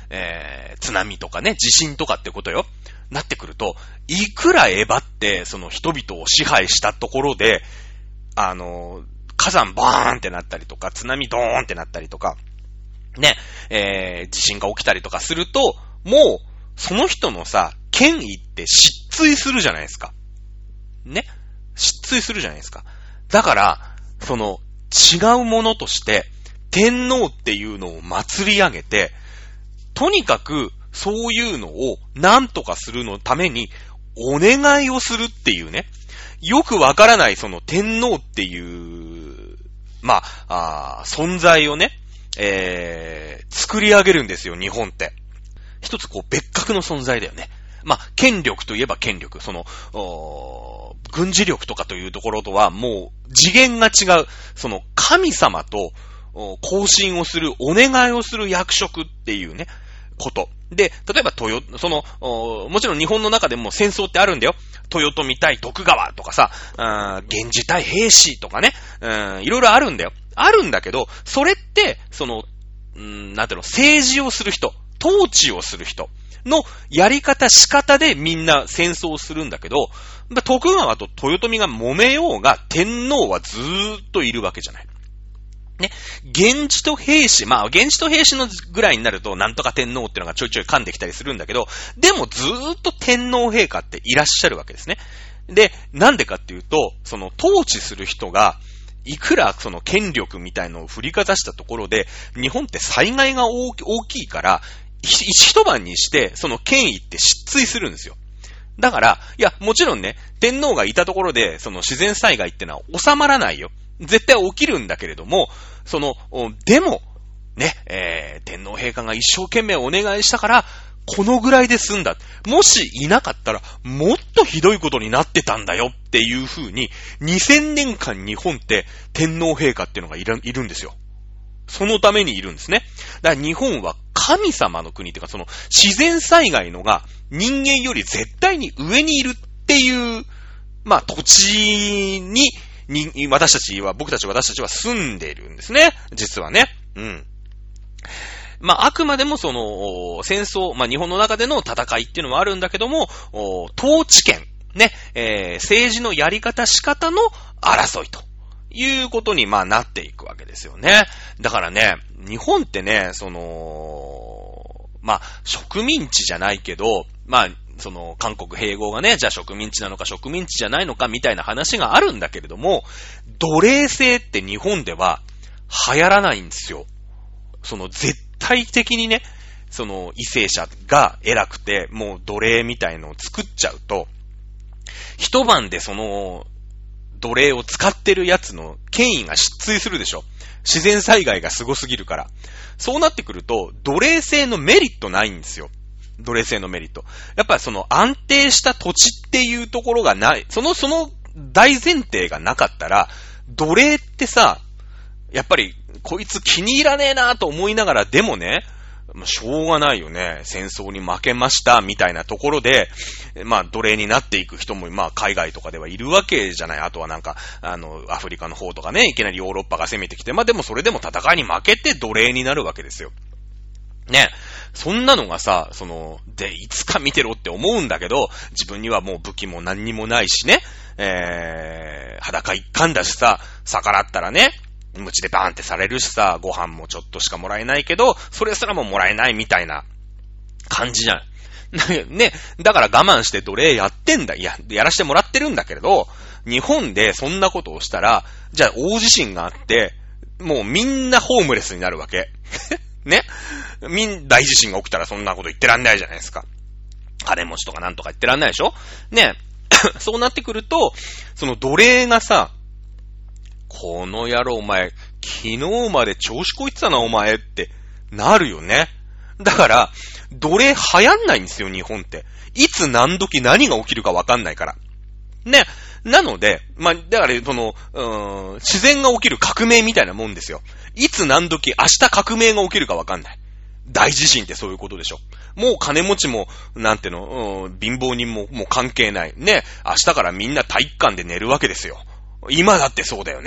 えー、津波とかね、地震とかってことよ。なってくると、いくらエヴァって、その人々を支配したところで、あの、火山バーンってなったりとか、津波ドーンってなったりとか、ね、えー、地震が起きたりとかすると、もう、その人のさ、権威って失墜するじゃないですか。ね。失墜するじゃないですか。だから、その、違うものとして、天皇っていうのを祭り上げて、とにかく、そういうのを何とかするのために、お願いをするっていうね。よくわからないその天皇っていう、まあ、あ存在をね、えー、作り上げるんですよ、日本って。一つこう別格の存在だよね。まあ、権力といえば権力。その、軍事力とかというところとはもう次元が違う。その神様と交信をする、お願いをする役職っていうね、こと。で、例えば豊、その、もちろん日本の中でも戦争ってあるんだよ。豊臣対徳川とかさ、源氏対平氏とかね、うん、いろいろあるんだよ。あるんだけど、それって、その、うん、なんていうの、政治をする人、統治をする人のやり方仕方でみんな戦争をするんだけど、徳川と豊臣が揉めようが天皇はずーっといるわけじゃない。ね。源氏と平氏、まあ、源氏と平氏のぐらいになると、なんとか天皇っていうのがちょいちょい噛んできたりするんだけど、でもずーっと天皇陛下っていらっしゃるわけですね。で、なんでかっていうと、その統治する人が、いくらその権力みたいのを振りかざしたところで、日本って災害が大きいから、一晩にしてその権威って失墜するんですよ。だから、いや、もちろんね、天皇がいたところで、その自然災害ってのは収まらないよ。絶対起きるんだけれども、その、でも、ね、えー、天皇陛下が一生懸命お願いしたから、このぐらいで済んだ。もしいなかったら、もっとひどいことになってたんだよっていう風に、にせんねんかん日本って天皇陛下っていうのがいる、いるんですよ。そのためにいるんですね。だから日本は神様の国っていうか、その自然災害のが人間より絶対に上にいるっていう、まあ土地に、に、私たちは、僕たち私たちは住んでいるんですね。実はね。うん。まあ、あくまでもその、戦争、まあ、日本の中での戦いっていうのはあるんだけども、統治権、ね、えー、政治のやり方仕方の争いということに、まあ、なっていくわけですよね。だからね、日本ってね、その、まあ、植民地じゃないけど、まあ、その、韓国併合がね、じゃあ植民地なのか植民地じゃないのかみたいな話があるんだけれども、奴隷制って日本では流行らないんですよ。その、絶対的にね、その、為政者が偉くて、もう奴隷みたいのを作っちゃうと、一晩でその、奴隷を使ってるやつの権威が失墜するでしょ。自然災害がすごすぎるから。そうなってくると、奴隷制のメリットないんですよ。奴隷制のメリット。やっぱりその安定した土地っていうところがない。その、その大前提がなかったら、奴隷ってさ、やっぱりこいつ気に入らねえなと思いながら、でもね、しょうがないよね。戦争に負けましたみたいなところで、まあ奴隷になっていく人もまあ海外とかではいるわけじゃない。あとはなんかあのアフリカの方とかね、いきなりヨーロッパが攻めてきて、まあでもそれでも戦いに負けて奴隷になるわけですよ。ね。そんなのがさ、その、で、いつか見てろって思うんだけど、自分にはもう武器も何にもないしね、えー、裸一貫だしさ、逆らったらね、ムチでバーンってされるしさ、ご飯もちょっとしかもらえないけど、それすらももらえないみたいな感じじゃん。ね、だから我慢して奴隷やってんだ。いや、やらしてもらってるんだけれど、日本でそんなことをしたら、じゃあ大地震があって、もうみんなホームレスになるわけ。ね。みん、大地震が起きたらそんなこと言ってらんないじゃないですか。金持ちとかなんとか言ってらんないでしょね。そうなってくると、その奴隷がさ、この野郎お前、昨日まで調子こいてたなお前ってなるよね。だから、奴隷流行んないんですよ、日本って。いつ何時何が起きるかわかんないから。ね。なので、まあ、だから、その、うーん、自然が起きる革命みたいなもんですよ。いつ何時、明日革命が起きるかわかんない。大地震ってそういうことでしょ。もう金持ちも、なんての、うん、貧乏人ももう関係ない。ね。明日からみんな体育館で寝るわけですよ。今だってそうだよね。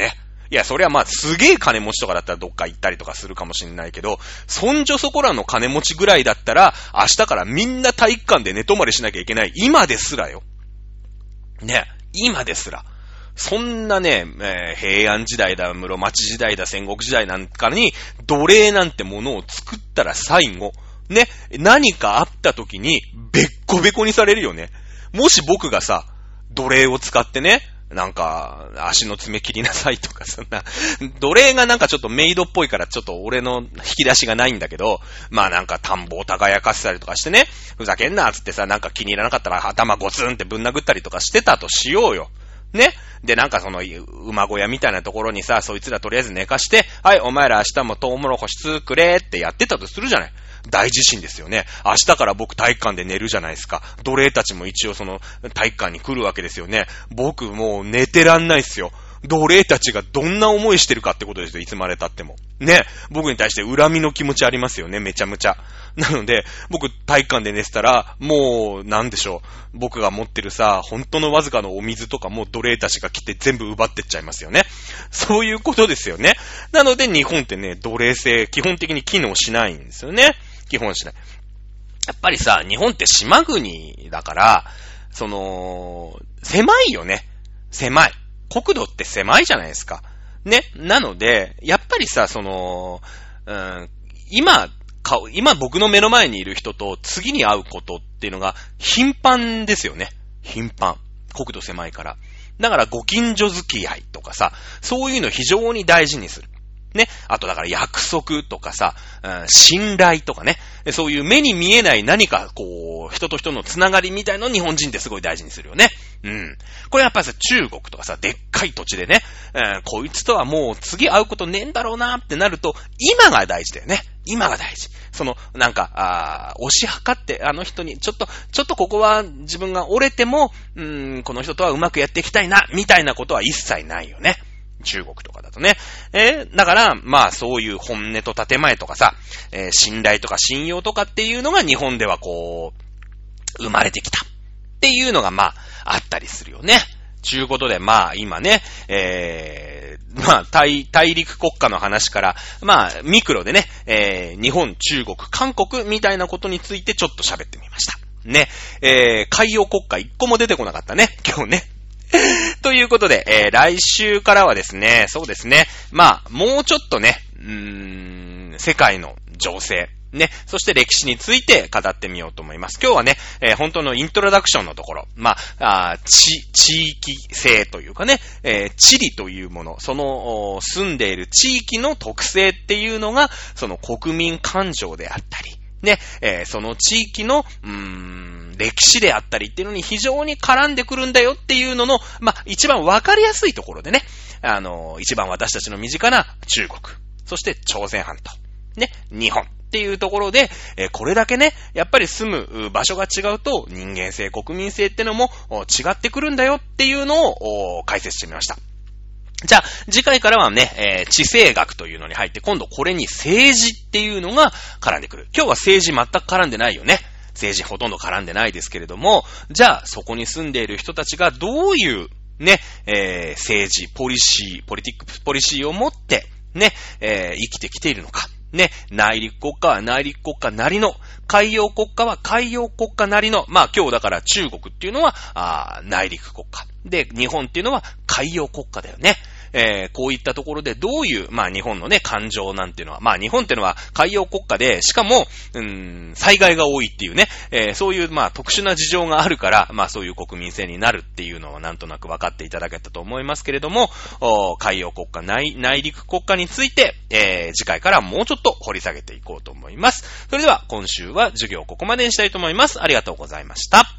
いや、そりゃまあ、すげえ金持ちとかだったらどっか行ったりとかするかもしれないけど、そんじょそこらの金持ちぐらいだったら、明日からみんな体育館で寝泊まりしなきゃいけない。今ですらよ。ね、今ですら。そんなね、えー、平安時代だ、室町時代だ、戦国時代なんかに、奴隷なんてものを作ったら最後、ね、何かあった時に、べっこべこにされるよね。もし僕がさ、奴隷を使ってね、なんか、足の爪切りなさいとか、そんな、奴隷がなんかちょっとメイドっぽいからちょっと俺の引き出しがないんだけど、まあなんか田んぼを耕かせたりとかしてね、ふざけんなーつってさ、なんか気に入らなかったら頭ゴツンってぶん殴ったりとかしてたとしようよ。ね。で、なんかその、馬小屋みたいなところにさ、そいつらとりあえず寝かして、はい、お前ら明日もトウモロコシ作れってやってたとするじゃない。大地震ですよね。明日から僕体育館で寝るじゃないですか。奴隷たちも一応その体育館に来るわけですよね。僕もう寝てらんないっすよ。奴隷たちがどんな思いしてるかってことですよ。いつまで経っても。ね。僕に対して恨みの気持ちありますよね。めちゃめちゃ。なので、僕体育館で寝てたら、もう、なんでしょう。僕が持ってるさ、本当のわずかのお水とかも奴隷たちが来て全部奪ってっちゃいますよね。そういうことですよね。なので日本ってね、奴隷制、基本的に機能しないんですよね。基本しない。やっぱりさ、日本って島国だから、その、狭いよね。狭い。国土って狭いじゃないですか。ね。なので、やっぱりさ、その、うん、今、今僕の目の前にいる人と次に会うことっていうのが頻繁ですよね。頻繁。国土狭いから。だからご近所付き合いとかさ、そういうの非常に大事にする。ね。あとだから約束とかさ、うん、信頼とかね。そういう目に見えない何かこう、人と人のつながりみたいのを日本人ってすごい大事にするよね。うん。これやっぱりさ、中国とかさ、でっかい土地でね、うん、こいつとはもう次会うことねえんだろうなってなると、今が大事だよね。今が大事。その、なんか、あ押し量って、あの人に、ちょっと、ちょっとここは自分が折れても、うーん、この人とはうまくやっていきたいな、みたいなことは一切ないよね。中国とかだとね。えー、だから、まあそういう本音と建前とかさ、えー、信頼とか信用とかっていうのが日本ではこう、生まれてきたっていうのがまあ、あったりするよね。ちゅうことで、まあ今ね、えー、まあ大、大陸国家の話から、まあミクロでね、えー、日本、中国、韓国みたいなことについてちょっと喋ってみました。ね、えー、海洋国家一個も出てこなかったね、今日ね。ということで、えー、来週からはですね、そうですね、まあ、もうちょっとね、うーん、世界の情勢、ね、そして歴史について語ってみようと思います。今日はね、えー、本当のイントロダクションのところ、まあ、あ地、地域性というかね、えー、地理というもの、その住んでいる地域の特性っていうのが、その国民感情であったり、ね、えー、その地域の、うーん、歴史であったりっていうのに非常に絡んでくるんだよっていうのの、まあ、一番わかりやすいところでね、あの、一番私たちの身近な中国、そして朝鮮半島、ね、日本っていうところで、えー、これだけね、やっぱり住む場所が違うと人間性、国民性ってのも違ってくるんだよっていうのを解説してみました。じゃあ、次回からはね、えー、地政学というのに入って、今度これに政治っていうのが絡んでくる。今日は政治全く絡んでないよね。政治ほとんど絡んでないですけれども、じゃあ、そこに住んでいる人たちがどういうね、えー、政治、ポリシー、ポリティックポリシーを持って、ね、えー、生きてきているのか。ね、内陸国家は内陸国家なりの、海洋国家は海洋国家なりの、まあ今日だから中国っていうのは、あ内陸国家。で、日本っていうのは海洋国家だよね。えー、こういったところでどういう、まあ日本のね、感情なんていうのは、まあ日本っていうのは海洋国家で、しかも、うーん、災害が多いっていうね、えー、そういうまあ特殊な事情があるから、まあそういう国民性になるっていうのはなんとなく分かっていただけたと思いますけれども、海洋国家内、内陸国家について、えー、次回からもうちょっと掘り下げていこうと思います。それでは今週は授業をここまでにしたいと思います。ありがとうございました。